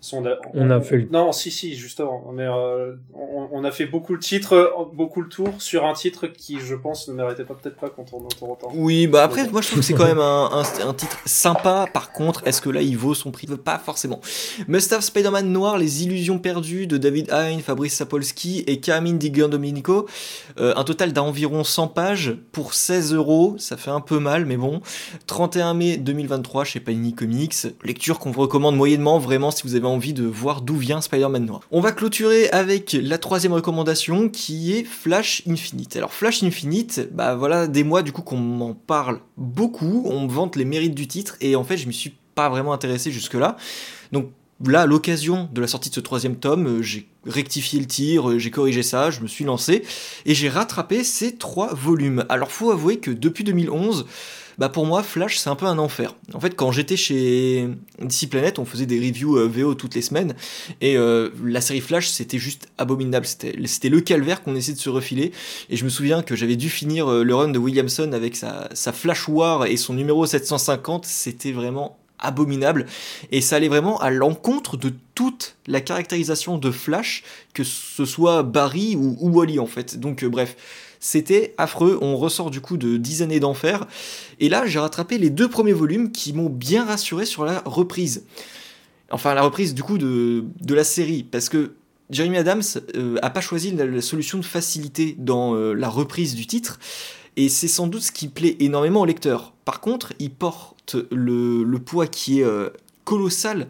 On a fait le... Non, si, justement. Mais on a fait beaucoup le tour sur un titre qui, je pense, ne méritait peut-être pas qu'on tourne autant. Oui, bah après, moi je trouve que c'est quand même un titre sympa. Par contre, est-ce que là il vaut son prix? Pas forcément. Must Have Spider-Man Noir, Les Illusions Perdues de David Hein, Fabrice Sapolsky et Carmine Di Giandomenico. Un total d'environ 100 pages pour 16€. Ça fait un peu mal, mais bon. 31 mai 2023 chez Panini Comics. Lecture qu'on vous recommande moyennement, vraiment, si vous avez envie de voir d'où vient Spider-Man Noir. On va clôturer avec la troisième recommandation qui est Flash Infinite. Alors Flash Infinite, bah voilà des mois du coup qu'on m'en parle beaucoup, on me vante les mérites du titre et en fait je m'y suis pas vraiment intéressé jusque là. Donc là, à l'occasion de la sortie de ce troisième tome, j'ai rectifié le tir, j'ai corrigé ça, je me suis lancé et j'ai rattrapé ces 3 volumes. Alors faut avouer que depuis 2011, bah pour moi Flash c'est un peu un enfer. En fait quand j'étais chez DC Planet on faisait des reviews VO toutes les semaines et la série Flash c'était juste abominable, c'était le calvaire qu'on essayait de se refiler et je me souviens que j'avais dû finir le run de Williamson avec sa Flash War et son numéro 750, c'était vraiment abominable et ça allait vraiment à l'encontre de toute la caractérisation de Flash, que ce soit Barry ou Wally en fait. Donc bref, c'était affreux, on ressort du coup de 10 années d'enfer et là j'ai rattrapé les 2 premiers volumes qui m'ont bien rassuré sur la reprise. Enfin la reprise du coup de la série, parce que Jeremy Adams a pas choisi la solution de facilité dans la reprise du titre. Et c'est sans doute ce qui plaît énormément au lecteur. Par contre, il porte le poids qui est colossal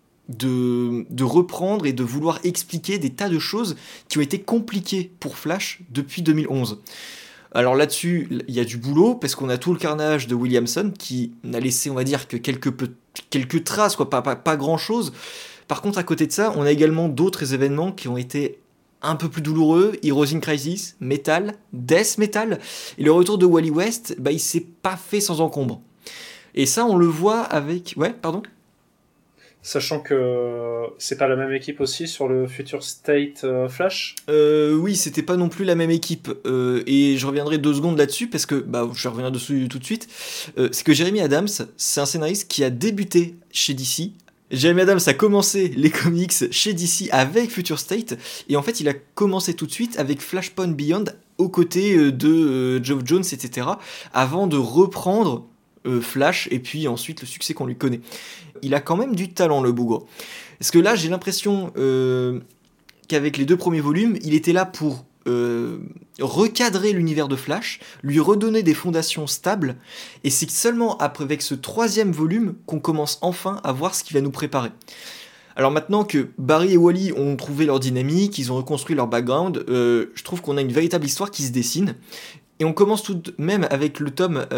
de reprendre et de vouloir expliquer des tas de choses qui ont été compliquées pour Flash depuis 2011. Alors là-dessus, il y a du boulot, parce qu'on a tout le carnage de Williamson, qui n'a laissé, on va dire, que quelques traces, quoi, pas grand-chose. Par contre, à côté de ça, on a également d'autres événements qui ont été un peu plus douloureux, Heroes in Crisis, Metal, Death Metal, et le retour de Wally West, bah il s'est pas fait sans encombre. Et ça, on le voit avec... Ouais, pardon ? Sachant que c'est pas la même équipe aussi sur le Future State Flash. Oui, c'était pas non plus la même équipe, et je reviendrai 2 secondes là-dessus, parce que, bah, je vais revenir dessus tout de suite, c'est que Jeremy Adams, c'est un scénariste qui a débuté chez DC. Jeremy Adams a commencé les comics chez DC avec Future State, et en fait il a commencé tout de suite avec Flashpoint Beyond aux côtés de Geoff Jones, etc., avant de reprendre Flash, et puis ensuite le succès qu'on lui connaît. Il a quand même du talent, le bougre. Parce que là j'ai l'impression qu'avec les 2 premiers volumes, il était là pour recadrer l'univers de Flash, lui redonner des fondations stables, et c'est seulement après, avec ce 3e volume, qu'on commence enfin à voir ce qu'il va nous préparer. Alors maintenant que Barry et Wally ont trouvé leur dynamique, ils ont reconstruit leur background, je trouve qu'on a une véritable histoire qui se dessine, et on commence tout de même avec le tome,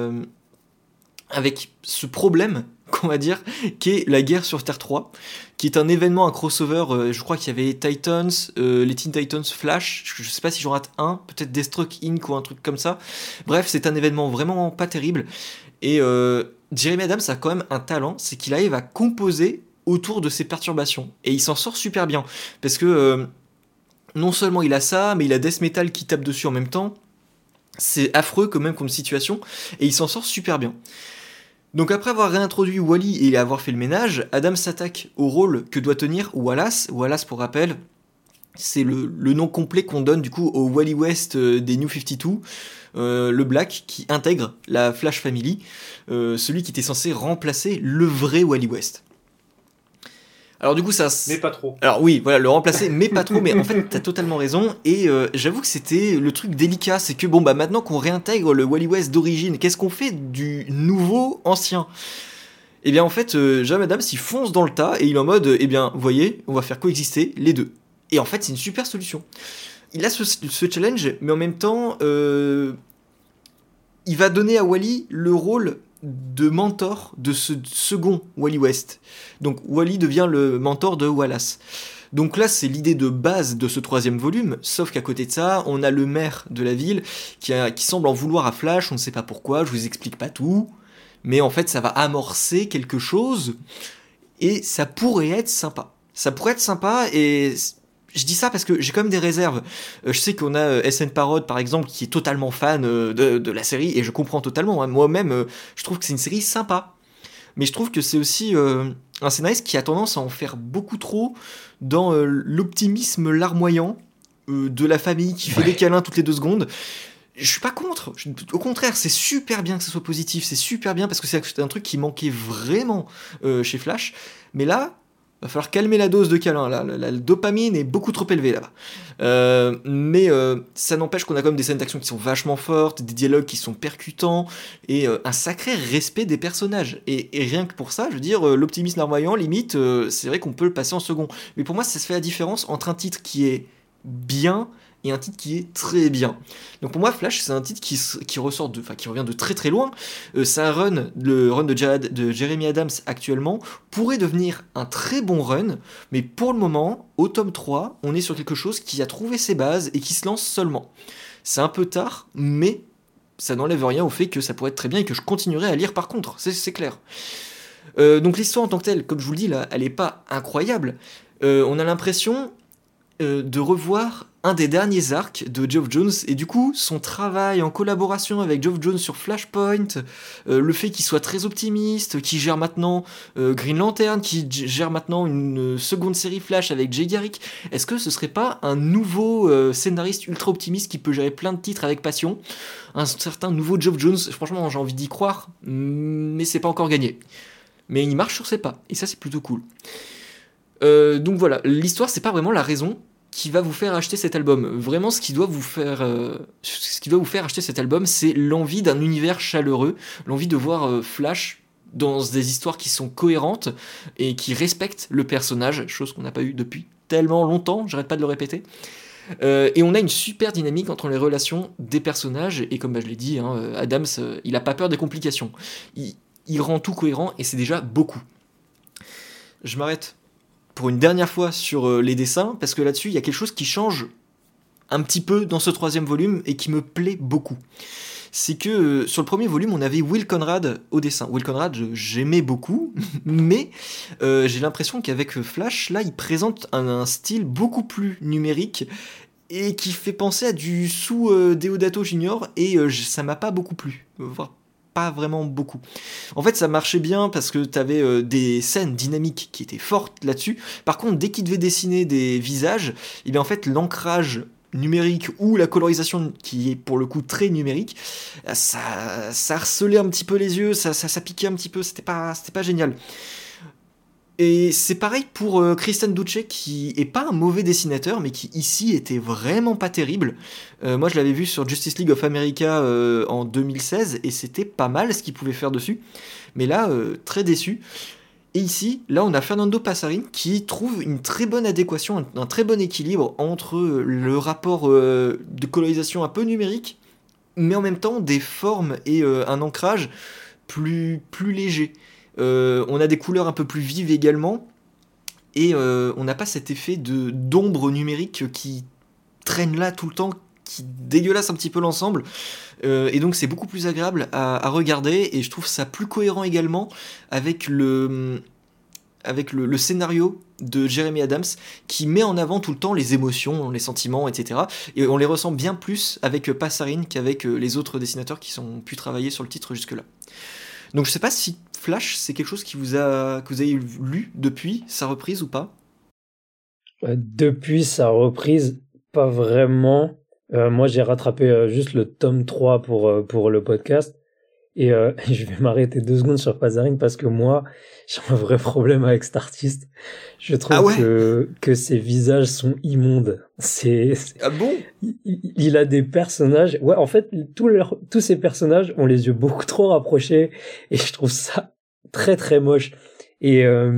avec ce problème, qu'on va dire, qui est la guerre sur Terre 3, qui est un événement, un crossover, je crois qu'il y avait Titans, les Teen Titans Flash, je sais pas si j'en rate un, peut-être Deathstroke Inc. ou un truc comme ça. Bref, c'est un événement vraiment pas terrible, et Jeremy Adams a quand même un talent, c'est qu'il arrive à composer autour de ces perturbations, et il s'en sort super bien, parce que non seulement il a ça, mais il a Death Metal qui tape dessus en même temps, c'est affreux quand même comme situation, et il s'en sort super bien. Donc après avoir réintroduit Wally et avoir fait le ménage, Adam s'attaque au rôle que doit tenir Wallace. Wallace, pour rappel, c'est le nom complet qu'on donne du coup au Wally West des New 52, le Black qui intègre la Flash Family, celui qui était censé remplacer le vrai Wally West. Alors du coup ça... Mais pas trop. Alors oui, voilà, le remplacer, mais pas trop, mais en fait t'as totalement raison, et j'avoue que c'était le truc délicat, c'est que bon bah maintenant qu'on réintègre le Wally West d'origine, qu'est-ce qu'on fait du nouveau ancien ? Et bien en fait, Jeremy Adams il fonce dans le tas, et il est en mode, eh bien vous voyez, on va faire coexister les deux. Et en fait c'est une super solution. Il a ce challenge, mais en même temps, il va donner à Wally le rôle de mentor de ce second Wally West. Donc Wally devient le mentor de Wallace. Donc là c'est l'idée de base de ce 3e volume, sauf qu'à côté de ça, on a le maire de la ville qui semble en vouloir à Flash, on ne sait pas pourquoi, je vous explique pas tout, mais en fait ça va amorcer quelque chose, et ça pourrait être sympa. Ça pourrait être sympa, et... Je dis ça parce que j'ai quand même des réserves. Je sais qu'on a SN Parod par exemple qui est totalement fan de la série, et je comprends totalement. Hein. Moi-même, je trouve que c'est une série sympa. Mais je trouve que c'est aussi un scénariste qui a tendance à en faire beaucoup trop dans l'optimisme larmoyant de la famille qui fait des câlins toutes les 2 secondes. Je suis pas contre, au contraire, c'est super bien que ce soit positif, c'est super bien parce que c'est un truc qui manquait vraiment chez Flash, mais là, va falloir calmer la dose de câlin, là, la dopamine est beaucoup trop élevée là-bas. Mais ça n'empêche qu'on a quand même des scènes d'action qui sont vachement fortes, des dialogues qui sont percutants, et un sacré respect des personnages. Et rien que pour ça, je veux dire, l'optimisme larmoyant, limite, c'est vrai qu'on peut le passer en second. Mais pour moi, ça se fait la différence entre un titre qui est bien et un titre qui est très bien. Donc pour moi, Flash, c'est un titre qui ressort qui revient de très très loin. C'est un run, le run de Jeremy Adams actuellement, pourrait devenir un très bon run, mais pour le moment, au tome 3, on est sur quelque chose qui a trouvé ses bases et qui se lance seulement. C'est un peu tard, mais ça n'enlève rien au fait que ça pourrait être très bien et que je continuerai à lire par contre, c'est clair. Donc l'histoire en tant que telle, comme je vous le dis là, elle est pas incroyable. On a l'impression de revoir un des derniers arcs de Geoff Johns, et du coup son travail en collaboration avec Geoff Johns sur Flashpoint, le fait qu'il soit très optimiste, qu'il gère maintenant Green Lantern, qu'il gère maintenant une seconde série Flash avec Jay Garrick, est-ce que ce serait pas un nouveau scénariste ultra optimiste qui peut gérer plein de titres avec passion, un certain nouveau Geoff Johns? Franchement, j'ai envie d'y croire, mais c'est pas encore gagné, mais il marche sur ses pas, et ça c'est plutôt cool. Donc voilà, l'histoire c'est pas vraiment la raison qui va vous faire acheter cet album. Vraiment, ce qui doit vous faire acheter cet album, c'est l'envie d'un univers chaleureux, l'envie de voir Flash dans des histoires qui sont cohérentes et qui respectent le personnage, chose qu'on n'a pas eu depuis tellement longtemps, j'arrête pas de le répéter. Et on a une super dynamique entre les relations des personnages, et comme je l'ai dit, Adams, il a pas peur des complications. Il rend tout cohérent, et c'est déjà beaucoup. Je m'arrête pour une dernière fois sur les dessins, parce que là-dessus, il y a quelque chose qui change un petit peu dans ce 3e volume, et qui me plaît beaucoup. C'est que sur le premier volume, on avait Will Conrad au dessin. Will Conrad, j'aimais beaucoup, mais j'ai l'impression qu'avec Flash, là, il présente un style beaucoup plus numérique, et qui fait penser à du sous Deodato Junior, et ça m'a pas beaucoup plu. Pas vraiment beaucoup. En fait, ça marchait bien parce que t'avais des scènes dynamiques qui étaient fortes là-dessus. Par contre, dès qu'il devait dessiner des visages, et bien en fait, l'ancrage numérique ou la colorisation qui est pour le coup très numérique, ça harcelait un petit peu les yeux, ça piquait un petit peu, c'était pas génial. Et c'est pareil pour Kristen Duce, qui est pas un mauvais dessinateur, mais qui ici était vraiment pas terrible. Moi je l'avais vu sur Justice League of America en 2016, et c'était pas mal ce qu'il pouvait faire dessus. Mais là, très déçu. Et ici, là on a Fernando Passarin qui trouve une très bonne adéquation, un très bon équilibre entre le rapport de colorisation un peu numérique, mais en même temps des formes et un ancrage plus léger. On a des couleurs un peu plus vives également, et on n'a pas cet effet d'ombre numérique qui traîne là tout le temps, qui dégueulasse un petit peu l'ensemble, et donc c'est beaucoup plus agréable à regarder, et je trouve ça plus cohérent également avec le scénario de Jeremy Adams, qui met en avant tout le temps les émotions, les sentiments, etc. Et on les ressent bien plus avec Passarin qu'avec les autres dessinateurs qui ont pu travailler sur le titre jusque-là. Donc je sais pas si Flash, c'est quelque chose que vous avez lu depuis sa reprise ou pas? Depuis sa reprise, pas vraiment. Moi, j'ai rattrapé juste le tome 3 pour le podcast. Et je vais m'arrêter 2 secondes sur Passarin parce que moi, j'ai un vrai problème avec cet artiste. Je trouve que ses visages sont immondes. Ah bon? Il a des personnages. Ouais, en fait, tous ces personnages ont les yeux beaucoup trop rapprochés, et je trouve ça très très moche. Et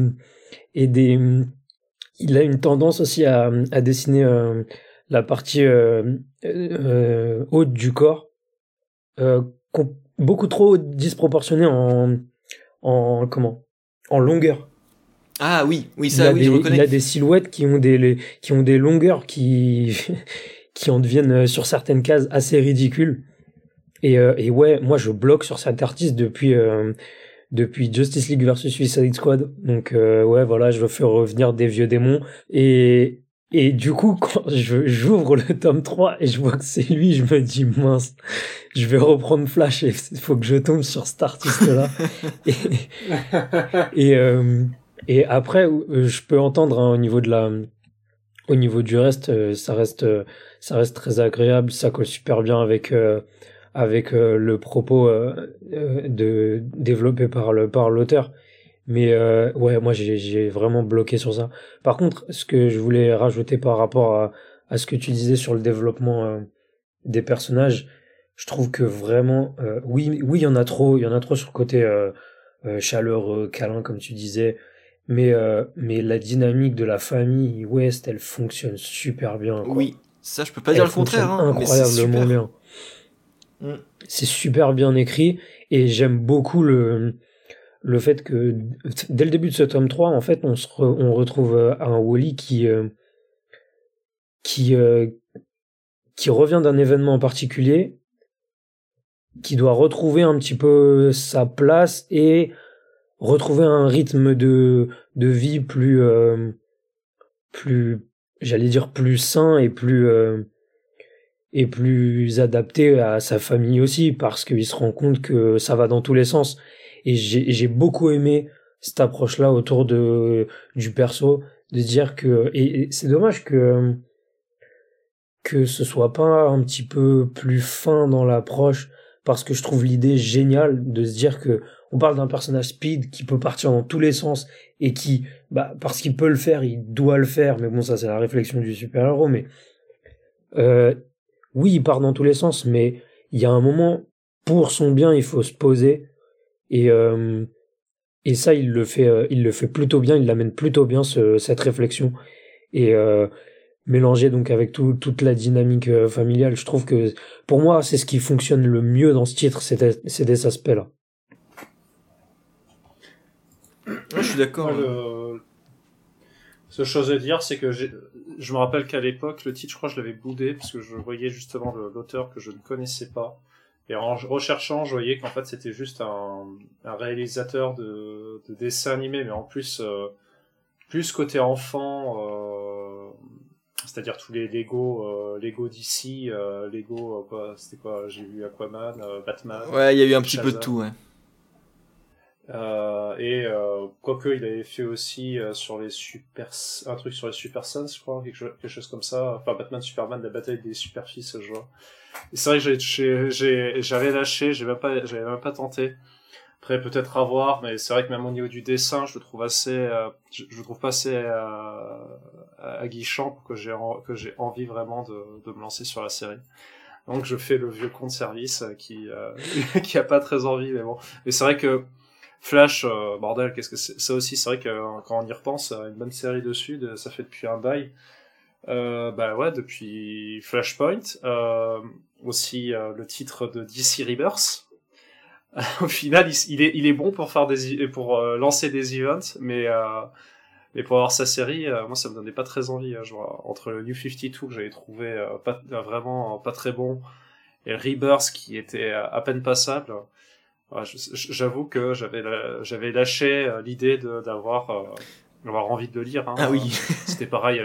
il a une tendance aussi à dessiner la partie haute du corps, beaucoup trop disproportionnée en longueur. Ah oui, ça oui, je reconnais. Il a des silhouettes qui ont des longueurs qui en deviennent sur certaines cases assez ridicules. Et ouais, moi je bloque sur cet artiste depuis Justice League vs Suicide Squad. Donc ouais, voilà, je veux faire revenir des vieux démons, et du coup, quand j'ouvre le tome 3 et je vois que c'est lui, je me dis mince, je vais reprendre Flash, et il faut que je tombe sur cet artiste-là. Et après, je peux entendre hein, au niveau du reste, ça reste très agréable. Ça colle super bien avec le propos développé par l'auteur. Mais ouais, moi j'ai vraiment bloqué sur ça. Par contre, ce que je voulais rajouter par rapport à ce que tu disais sur le développement des personnages, je trouve que vraiment, oui, il y en a trop sur le côté chaleureux, câlin, comme tu disais. Mais la dynamique de la famille West, elle fonctionne super bien, quoi. Oui, ça je peux pas dire Elle le contraire, fonctionne hein, mais c'est incroyablement super. bien. Mm. C'est super bien écrit et j'aime beaucoup le fait que dès le début de ce tome 3 en fait, on retrouve un Wally qui, euh, qui revient d'un événement en particulier, qui doit retrouver un petit peu sa place et retrouver un rythme de vie plus, j'allais dire plus sain et plus adapté à sa famille aussi, parce qu'il se rend compte que ça va dans tous les sens. Et j'ai beaucoup aimé cette approche-là autour du perso, de dire et c'est dommage que ce soit pas un petit peu plus fin dans l'approche, parce que je trouve l'idée géniale de se dire que on parle d'un personnage speed qui peut partir dans tous les sens et qui, bah, parce qu'il peut le faire, il doit le faire, mais bon, ça c'est la réflexion du super-héros, mais euh, oui, il part dans tous les sens, mais il y a un moment, pour son bien, il faut se poser. Et, euh, et ça, il le fait plutôt bien, il l'amène plutôt bien, cette réflexion. Et mélangé donc avec toute la dynamique familiale, je trouve que, pour moi, c'est ce qui fonctionne le mieux dans ce titre, c'est des aspects-là. Ouais, je suis d'accord. Moi, seule chose à dire, c'est que je me rappelle qu'à l'époque, le titre, je crois que je l'avais boudé, parce que je voyais justement l'auteur que je ne connaissais pas. Et en recherchant, je voyais qu'en fait, c'était juste un réalisateur de dessins animés, mais en plus, plus côté enfant, c'est-à-dire tous les Lego d'ici, Lego, c'était quoi, j'ai vu Aquaman, Batman, Ouais, il y a eu un petit peu de Shazam. tout, ouais. Quoique il avait fait aussi un truc sur les Super Sons, je crois, quelque chose comme ça. Enfin, Batman, Superman, la bataille des super fils, je vois. Et c'est vrai que j'avais lâché, j'avais même pas tenté. Après, peut-être à voir, mais c'est vrai que même au niveau du dessin, je le trouve je le trouve pas assez aguichant pour que j'ai envie vraiment de me lancer sur la série. Donc, je fais le vieux con de service qui a pas très envie, mais bon. Mais c'est vrai que Flash, bordel, qu'est-ce que c'est ça aussi, c'est vrai que quand on y repense, une bonne série dessus, ça fait depuis un bail. Bah ouais, depuis Flashpoint, aussi le titre de DC Rebirth. Au final, il est bon pour faire pour lancer des events, mais pour avoir sa série, moi ça me donnait pas très envie. Genre, entre le New 52 que j'avais trouvé vraiment pas très bon et le Rebirth qui était à peine passable. Ouais, j'avoue que j'avais lâché l'idée d'avoir envie de le lire. Ah Hein. oui. C'était pareil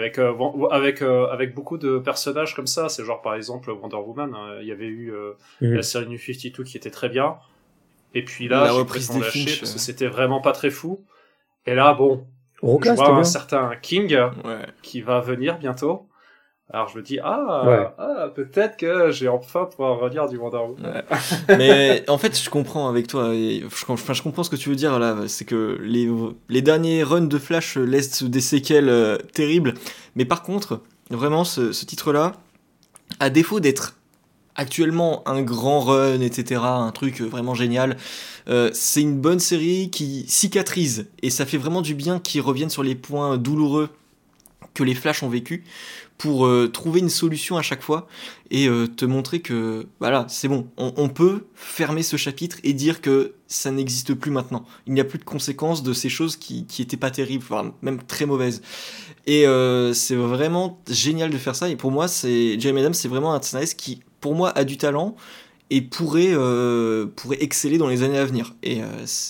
avec beaucoup de personnages comme ça. C'est genre par exemple Wonder Woman. Il y avait eu la série New 52 qui était très bien. Et puis là, La j'ai reprise complètement des lâché Finch. parce que c'était vraiment pas très fou. Et là, bon, je Roca, vois c'était un bien. certain King Ouais. qui va venir bientôt. Alors je me dis Ouais. peut-être que j'ai enfin pouvoir relire du Wonder Woman. Ouais. Mais en fait, je comprends avec toi. Et je comprends ce que tu veux dire là. C'est que les derniers runs de Flash laissent des séquelles terribles. Mais par contre, vraiment, ce titre-là, à défaut d'être actuellement un grand run, etc., un truc vraiment génial, c'est une bonne série qui cicatrise. Et ça fait vraiment du bien qu'ils reviennent sur les points douloureux que les Flash ont vécu pour trouver une solution à chaque fois et te montrer que voilà, c'est bon, on peut fermer ce chapitre et dire que ça n'existe plus maintenant. Il n'y a plus de conséquences de ces choses qui étaient pas terribles, voire même très mauvaises. Et c'est vraiment génial de faire ça. Et pour moi, Jeremy Adams, c'est vraiment un scénariste qui, pour moi, a du talent et pourrait exceller dans les années à venir. Et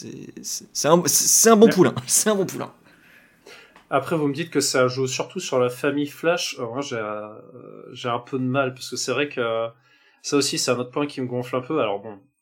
c'est un bon poulain. C'est un bon poulain. Après, vous me dites que ça joue surtout sur la famille Flash. Moi, j'ai un peu de mal parce que c'est vrai que ça aussi, c'est un autre point qui me gonfle un peu. Alors bon,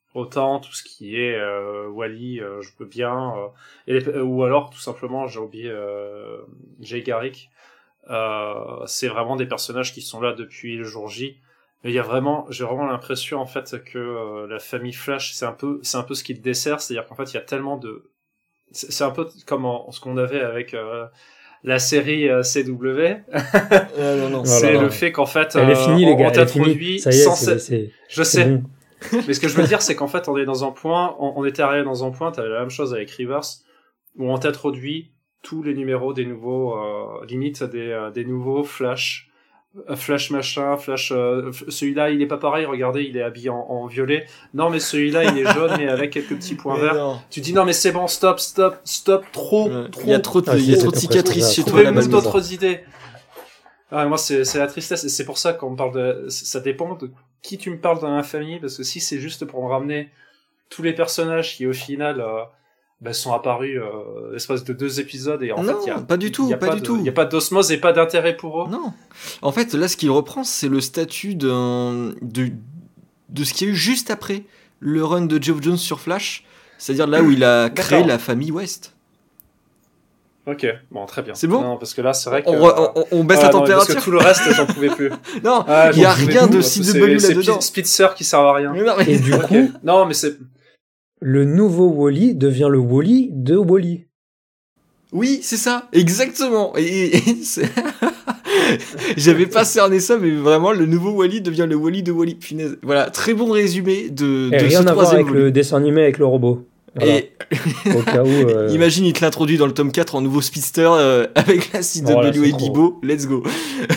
Autant tout ce qui est Wally, je peux bien, ou alors tout simplement j'ai oublié Jay Garrick. C'est vraiment des personnages qui sont là depuis le jour J. Mais j'ai vraiment l'impression en fait que la famille Flash c'est un peu ce qui le dessert, c'est-à-dire qu'en fait il y a tellement de, c'est un peu comme ce qu'on avait avec la série CW. Non. C'est le fait qu'en fait elle est finie, les gars, on t'introduit ça y est, sans je sais. Bon. Mais ce que je veux dire, c'est qu'en fait, on est dans un point, on était arrivé dans un point, t'avais la même chose avec Rivers, où on t'introduit tous les numéros des nouveaux, limite des nouveaux Flash, Flash machin, Flash, celui-là, il est pas pareil, regardez, il est habillé en violet. Non, mais celui-là, il est jaune, mais avec quelques petits points verts. Non. Tu dis, non, mais c'est bon, stop, trop. Il y a trop de cicatrices chez toi là-bas. Trouvez-nous d'autres idées. Ah, moi, c'est la tristesse, et c'est pour ça qu'on parle ça dépend de qui tu me parles dans la famille, parce que si c'est juste pour me ramener tous les personnages qui, au final, sont apparus, l'espace de 2 épisodes, et en fait, il y a pas du tout, pas du tout. Il y a pas d'osmose et pas d'intérêt pour eux. Non. En fait, là, ce qu'il reprend, c'est le statut de ce qu'il y a eu juste après le run de Geoff Jones sur Flash, c'est-à-dire là où il a créé la famille West. Ok, bon, très bien. C'est bon. Non, parce que là, c'est vrai que on baisse la température. Parce que tout le reste, j'en pouvais plus. Non, il y a rien de CW là-dedans. C'est Spitzer qui sert à rien. Et du coup, non, mais c'est le nouveau Wally devient le Wally de Wally. Oui, c'est ça, exactement. Et j'avais pas cerné ça, mais vraiment, le nouveau Wally devient le Wally de Wally. Punaise. Voilà, très bon résumé de rien ce à voir avec volume. le dessin animé avec le robot. Voilà. Et au cas où, imagine, il te l'introduit dans le tome 4 en nouveau speedster avec la CW et Guibo. Let's go.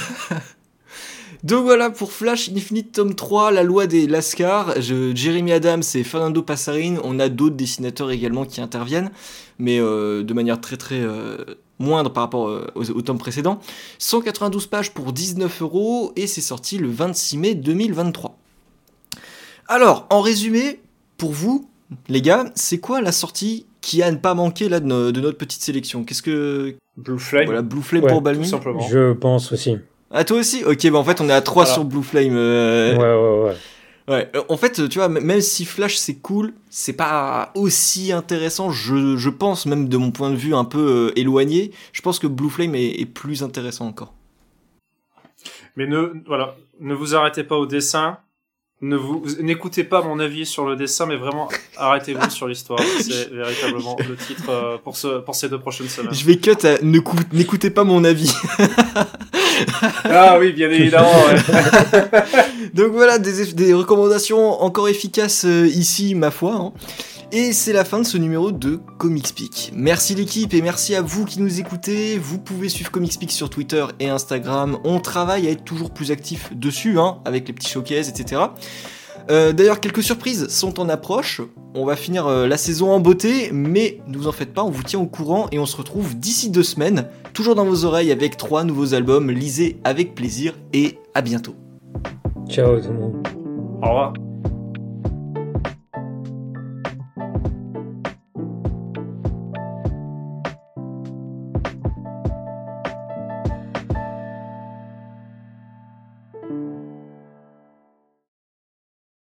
Donc voilà pour Flash Infinite tome 3, la loi des Lascars. Jeremy Adams et Fernando Passarin. On a d'autres dessinateurs également qui interviennent, mais de manière très très moindre par rapport au tome précédent. 192 pages pour 19€ et c'est sorti le 26 mai 2023. Alors, en résumé, pour vous, les gars, c'est quoi la sortie qui a à ne pas manquer là de notre petite sélection ? Qu'est-ce que... Blue Flame. Voilà, Blue Flame pour Balmy. Tout simplement. Je pense aussi. Ah, toi aussi ? Ok, bah en fait, on est à 3 sur Blue Flame. Ouais. En fait, tu vois, même si Flash c'est cool, c'est pas aussi intéressant, je pense, même de mon point de vue un peu éloigné, je pense que Blue Flame est plus intéressant encore. Mais ne vous arrêtez pas au dessin. N'écoutez pas mon avis sur le dessin, mais vraiment arrêtez-vous sur l'histoire. C'est véritablement le titre pour ces 2 prochaines semaines. Je vais cut à n'écoutez pas mon avis. Ah oui, bien évidemment. Ouais. Donc voilà, des recommandations encore efficaces ici, ma foi. Hein. Et c'est la fin de ce numéro de ComicsPeak. Merci l'équipe et merci à vous qui nous écoutez. Vous pouvez suivre ComicsPeak sur Twitter et Instagram. On travaille à être toujours plus actif dessus, hein, avec les petits showcases, etc. D'ailleurs, quelques surprises sont en approche. On va finir la saison en beauté, mais ne vous en faites pas, on vous tient au courant et on se retrouve d'ici 2 semaines, toujours dans vos oreilles avec 3 nouveaux albums. Lisez avec plaisir et à bientôt. Ciao tout le monde. Au revoir.